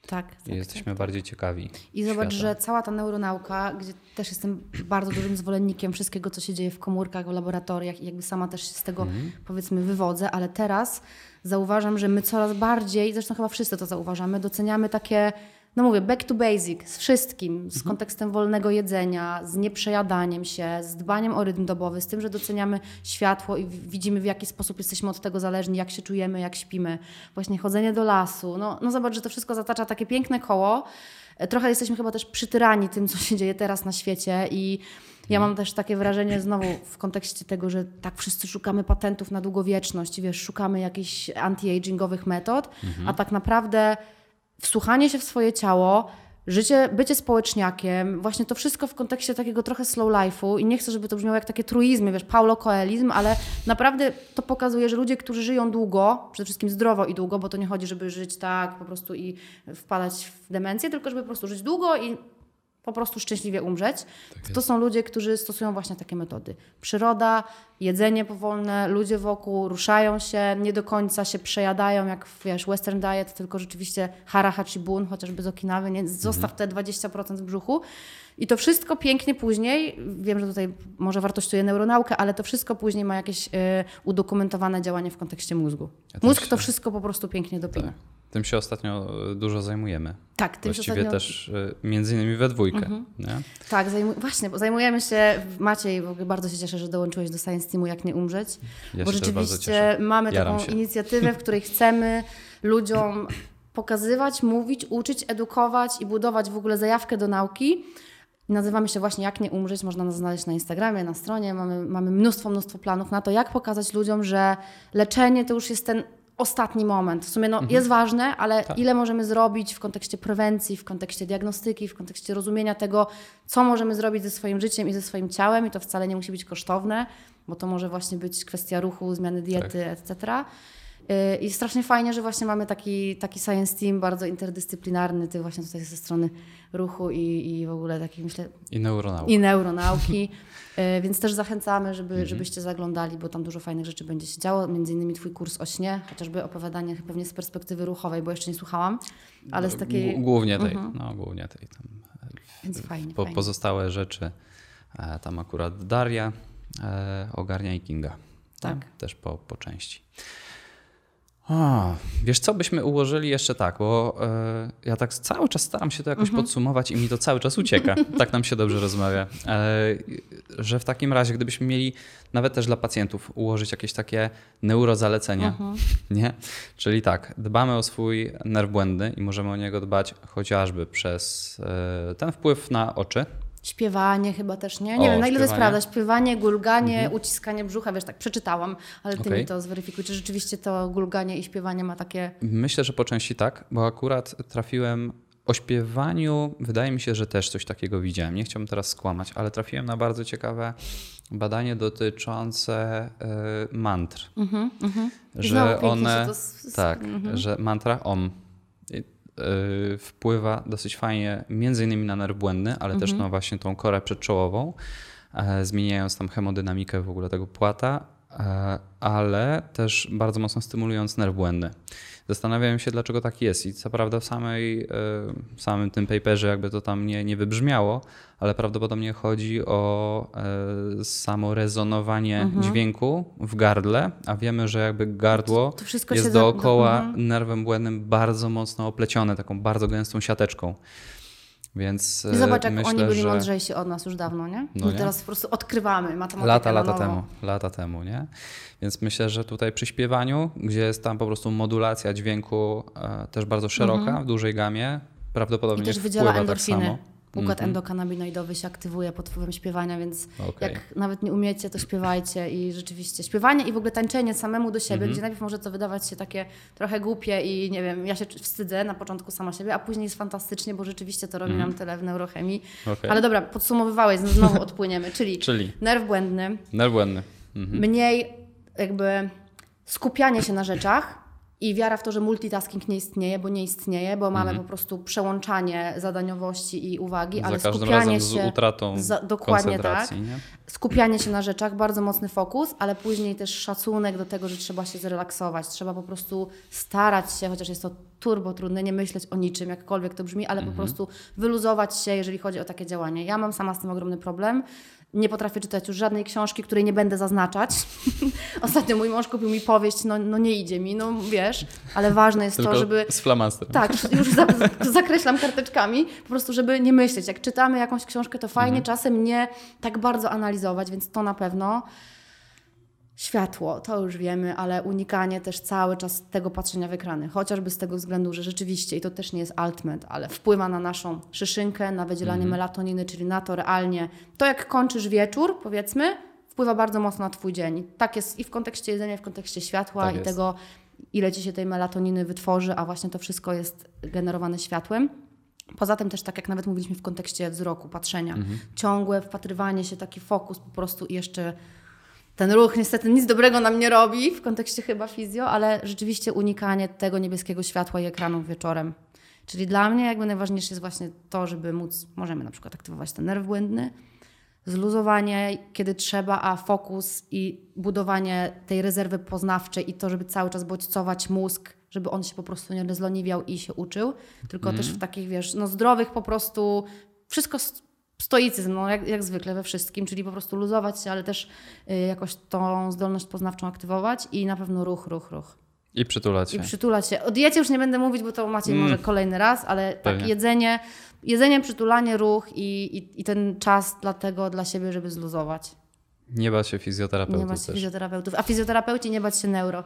Tak. Jesteśmy bardziej ciekawi I zobacz, świata. że cała ta neuronauka, gdzie też jestem bardzo dużym zwolennikiem wszystkiego, co się dzieje w komórkach, w laboratoriach i jakby sama też się z tego powiedzmy wywodzę, ale teraz zauważam, że my coraz bardziej, zresztą chyba wszyscy to zauważamy, doceniamy takie, no mówię, back to basic z wszystkim, z kontekstem wolnego jedzenia, z nieprzejadaniem się, z dbaniem o rytm dobowy, z tym, że doceniamy światło i widzimy, w jaki sposób jesteśmy od tego zależni, jak się czujemy, jak śpimy. Właśnie chodzenie do lasu. No zobacz, że to wszystko zatacza takie piękne koło. Trochę jesteśmy chyba też przytyrani tym, co się dzieje teraz na świecie i ja mam też takie wrażenie znowu w kontekście tego, że tak wszyscy szukamy patentów na długowieczność, wiesz, szukamy jakichś anti-agingowych metod, a tak naprawdę wsłuchanie się w swoje ciało, bycie społeczniakiem, właśnie to wszystko w kontekście takiego trochę slow life'u i nie chcę, żeby to brzmiało jak takie truizmy, wiesz, Paulo Coelizm, ale naprawdę to pokazuje, że ludzie, którzy żyją długo, przede wszystkim zdrowo i długo, bo to nie chodzi, żeby żyć tak po prostu i wpadać w demencję, tylko żeby po prostu żyć długo i po prostu szczęśliwie umrzeć, to są ludzie, którzy stosują właśnie takie metody. Przyroda, jedzenie powolne, ludzie wokół ruszają się, nie do końca się przejadają jak, wiesz, western diet, tylko rzeczywiście hara hachibun, chociażby z Okinawy, nie? Zostaw te 20% w brzuchu. I to wszystko pięknie później, wiem, że tutaj może wartościuje neuronaukę, ale to wszystko później ma jakieś udokumentowane działanie w kontekście mózgu. Mózg to wszystko po prostu pięknie dopina. Tak. Tym się ostatnio dużo zajmujemy. Tak, tym właściwie się ostatnio... też między innymi we dwójkę. Nie? Tak, właśnie, bo zajmujemy się, Maciej, w ogóle bardzo się cieszę, że dołączyłeś do Science Teamu Jak nie umrzeć, Ja bo się też bardzo rzeczywiście cieszę. mamy Jaram taką się. inicjatywę, w której chcemy ludziom pokazywać, mówić, uczyć, edukować i budować w ogóle zajawkę do nauki. I nazywamy się właśnie Jak nie umrzeć, można nas znaleźć na Instagramie, na stronie, mamy mnóstwo planów na to, jak pokazać ludziom, że leczenie to już jest ten ostatni moment. W sumie jest ważne, ale ile możemy zrobić w kontekście prewencji, w kontekście diagnostyki, w kontekście rozumienia tego, co możemy zrobić ze swoim życiem i ze swoim ciałem i to wcale nie musi być kosztowne, bo to może właśnie być kwestia ruchu, zmiany diety, etc. I strasznie fajnie, że właśnie mamy taki Science Team bardzo interdyscyplinarny, ty właśnie tutaj ze strony ruchu i w ogóle taki, myślę... I neuronauki. Więc też zachęcamy, żebyście zaglądali, bo tam dużo fajnych rzeczy będzie się działo. Między innymi twój kurs o śnie, chociażby opowiadanie pewnie z perspektywy ruchowej, bo jeszcze nie słuchałam, ale z takiej... Głównie tej. Głównie tej. Tam, więc fajnie, pozostałe rzeczy, tam akurat Daria ogarnia i Kinga. Tak. Też po części. Wiesz co, byśmy ułożyli jeszcze tak, bo ja tak cały czas staram się to jakoś podsumować i mi to cały czas ucieka. Tak nam się dobrze rozmawia. Że w takim razie, gdybyśmy mieli nawet też dla pacjentów ułożyć jakieś takie neurozalecenia, nie? Czyli tak, dbamy o swój nerw błędny i możemy o niego dbać chociażby przez ten wpływ na oczy. Śpiewanie chyba też, nie? Nie wiem, na ile to jest śpiewanie. prawda. Śpiewanie, gulganie, uciskanie brzucha, wiesz, tak przeczytałam, ale ty mi to zweryfikuj, czy rzeczywiście to gulganie i śpiewanie ma takie... Myślę, że po części tak, bo akurat trafiłem o śpiewaniu, wydaje mi się, że też coś takiego widziałem. Nie chciałbym teraz skłamać, ale trafiłem na bardzo ciekawe badanie dotyczące mantr. Że one... Tak, że mantra OM wpływa dosyć fajnie między innymi na nerw błędny, ale też na właśnie tą korę przedczołową, zmieniając tam hemodynamikę w ogóle tego płata, ale też bardzo mocno stymulując nerw błędny. Zastanawiałem się, dlaczego tak jest i co prawda w samym tym paperze jakby to tam nie wybrzmiało, ale prawdopodobnie chodzi o samo rezonowanie dźwięku w gardle, a wiemy, że jakby gardło jest dookoła nerwem błędnym bardzo mocno oplecione, taką bardzo gęstą siateczką. Więc i zobacz, jak myślę, oni byli że... mądrzejsi od nas już dawno, nie? No My nie? teraz po prostu odkrywamy matematykę Lata temu, nie? Więc myślę, że tutaj przy śpiewaniu, gdzie jest tam po prostu modulacja dźwięku też bardzo szeroka, w dużej gamie, prawdopodobnie i też wpływa wydziela tak endorfiny. samo. Układ endokanabinoidowy się aktywuje pod wpływem śpiewania, więc jak nawet nie umiecie, to śpiewajcie i rzeczywiście śpiewanie i w ogóle tańczenie samemu do siebie, gdzie najpierw może to wydawać się takie trochę głupie i nie wiem, ja się wstydzę na początku sama siebie, a później jest fantastycznie, bo rzeczywiście to robi nam tyle w neurochemii. Ale dobra, podsumowywałeś, znowu odpłyniemy, czyli nerw błędny, mniej jakby skupianie się na rzeczach, i wiara w to, że multitasking nie istnieje, bo mamy po prostu przełączanie zadaniowości i uwagi, ale za każdym skupianie razem się z utratą dokładnie tak. Nie? skupianie się na rzeczach, bardzo mocny fokus, ale później też szacunek do tego, że trzeba się zrelaksować, trzeba po prostu starać się, chociaż jest to turbo trudne, nie myśleć o niczym, jakkolwiek to brzmi, ale po prostu wyluzować się, jeżeli chodzi o takie działanie. Ja mam sama z tym ogromny problem. Nie potrafię czytać już żadnej książki, której nie będę zaznaczać. Ostatnio mój mąż kupił mi powieść, no nie idzie mi, no wiesz, ale ważne jest Tylko to, żeby... z flamastrem. Tak, już zakreślam karteczkami, po prostu żeby nie myśleć. Jak czytamy jakąś książkę, to fajnie czasem nie tak bardzo analizować, więc to na pewno. Światło, to już wiemy, ale unikanie też cały czas tego patrzenia w ekrany. Chociażby z tego względu, że rzeczywiście, i to też nie jest altment, ale wpływa na naszą szyszynkę, na wydzielanie melatoniny, czyli na to realnie. To jak kończysz wieczór, powiedzmy, wpływa bardzo mocno na twój dzień. Tak jest i w kontekście jedzenia, i w kontekście światła Tak i jest. tego, ile ci się tej melatoniny wytworzy, a właśnie to wszystko jest generowane światłem. Poza tym też, tak jak nawet mówiliśmy w kontekście wzroku, patrzenia, ciągłe wpatrywanie się, taki fokus po prostu i jeszcze ten ruch niestety nic dobrego nam nie robi w kontekście chyba fizjo, ale rzeczywiście unikanie tego niebieskiego światła i ekranów wieczorem. Czyli dla mnie jakby najważniejsze jest właśnie to, żeby móc, możemy na przykład aktywować ten nerw błędny, zluzowanie kiedy trzeba, a fokus i budowanie tej rezerwy poznawczej i to, żeby cały czas bodźcować mózg, żeby on się po prostu nie rozleniwiał i się uczył, tylko też w takich, wiesz, no zdrowych po prostu, wszystko stoicyzm, no jak zwykle we wszystkim, czyli po prostu luzować się, ale też jakoś tą zdolność poznawczą aktywować i na pewno ruch. I przytulać się. I przytulać się. O diecie już nie będę mówić, bo to Maciej może kolejny raz, ale Pewnie. tak jedzenie, przytulanie, ruch i ten czas dla siebie, żeby zluzować. Nie bać się fizjoterapeutów Nie bać się też. fizjoterapeutów, a fizjoterapeuci nie bać się neuro.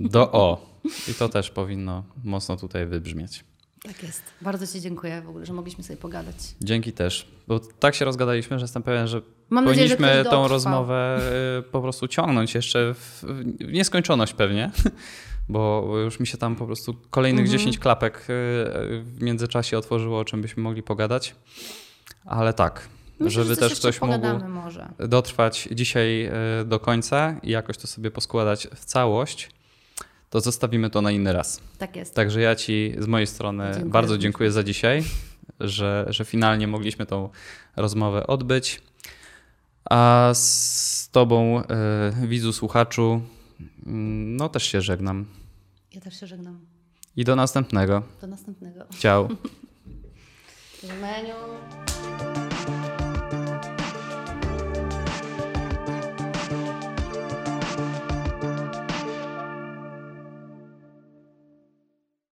I to też powinno mocno tutaj wybrzmieć. Tak jest. Bardzo Ci dziękuję w ogóle, że mogliśmy sobie pogadać. Dzięki też, bo tak się rozgadaliśmy, że jestem pewien, że Mam nadzieję, że powinniśmy ktoś tą dotrwał. rozmowę po prostu ciągnąć jeszcze w nieskończoność pewnie, bo już mi się tam po prostu kolejnych 10 klapek w międzyczasie otworzyło, o czym byśmy mogli pogadać. Ale tak, Myślę, żeby że też ktoś mógł może. dotrwać dzisiaj do końca i jakoś to sobie poskładać w całość, to zostawimy to na inny raz. Tak jest. Także ja Ci z mojej strony Dziękuję bardzo dziękuję za dzisiaj, że finalnie mogliśmy tą rozmowę odbyć. A z Tobą, widzu, słuchaczu, no też się żegnam. Ja też się żegnam. I do następnego. Do następnego. Ciao. W imieniu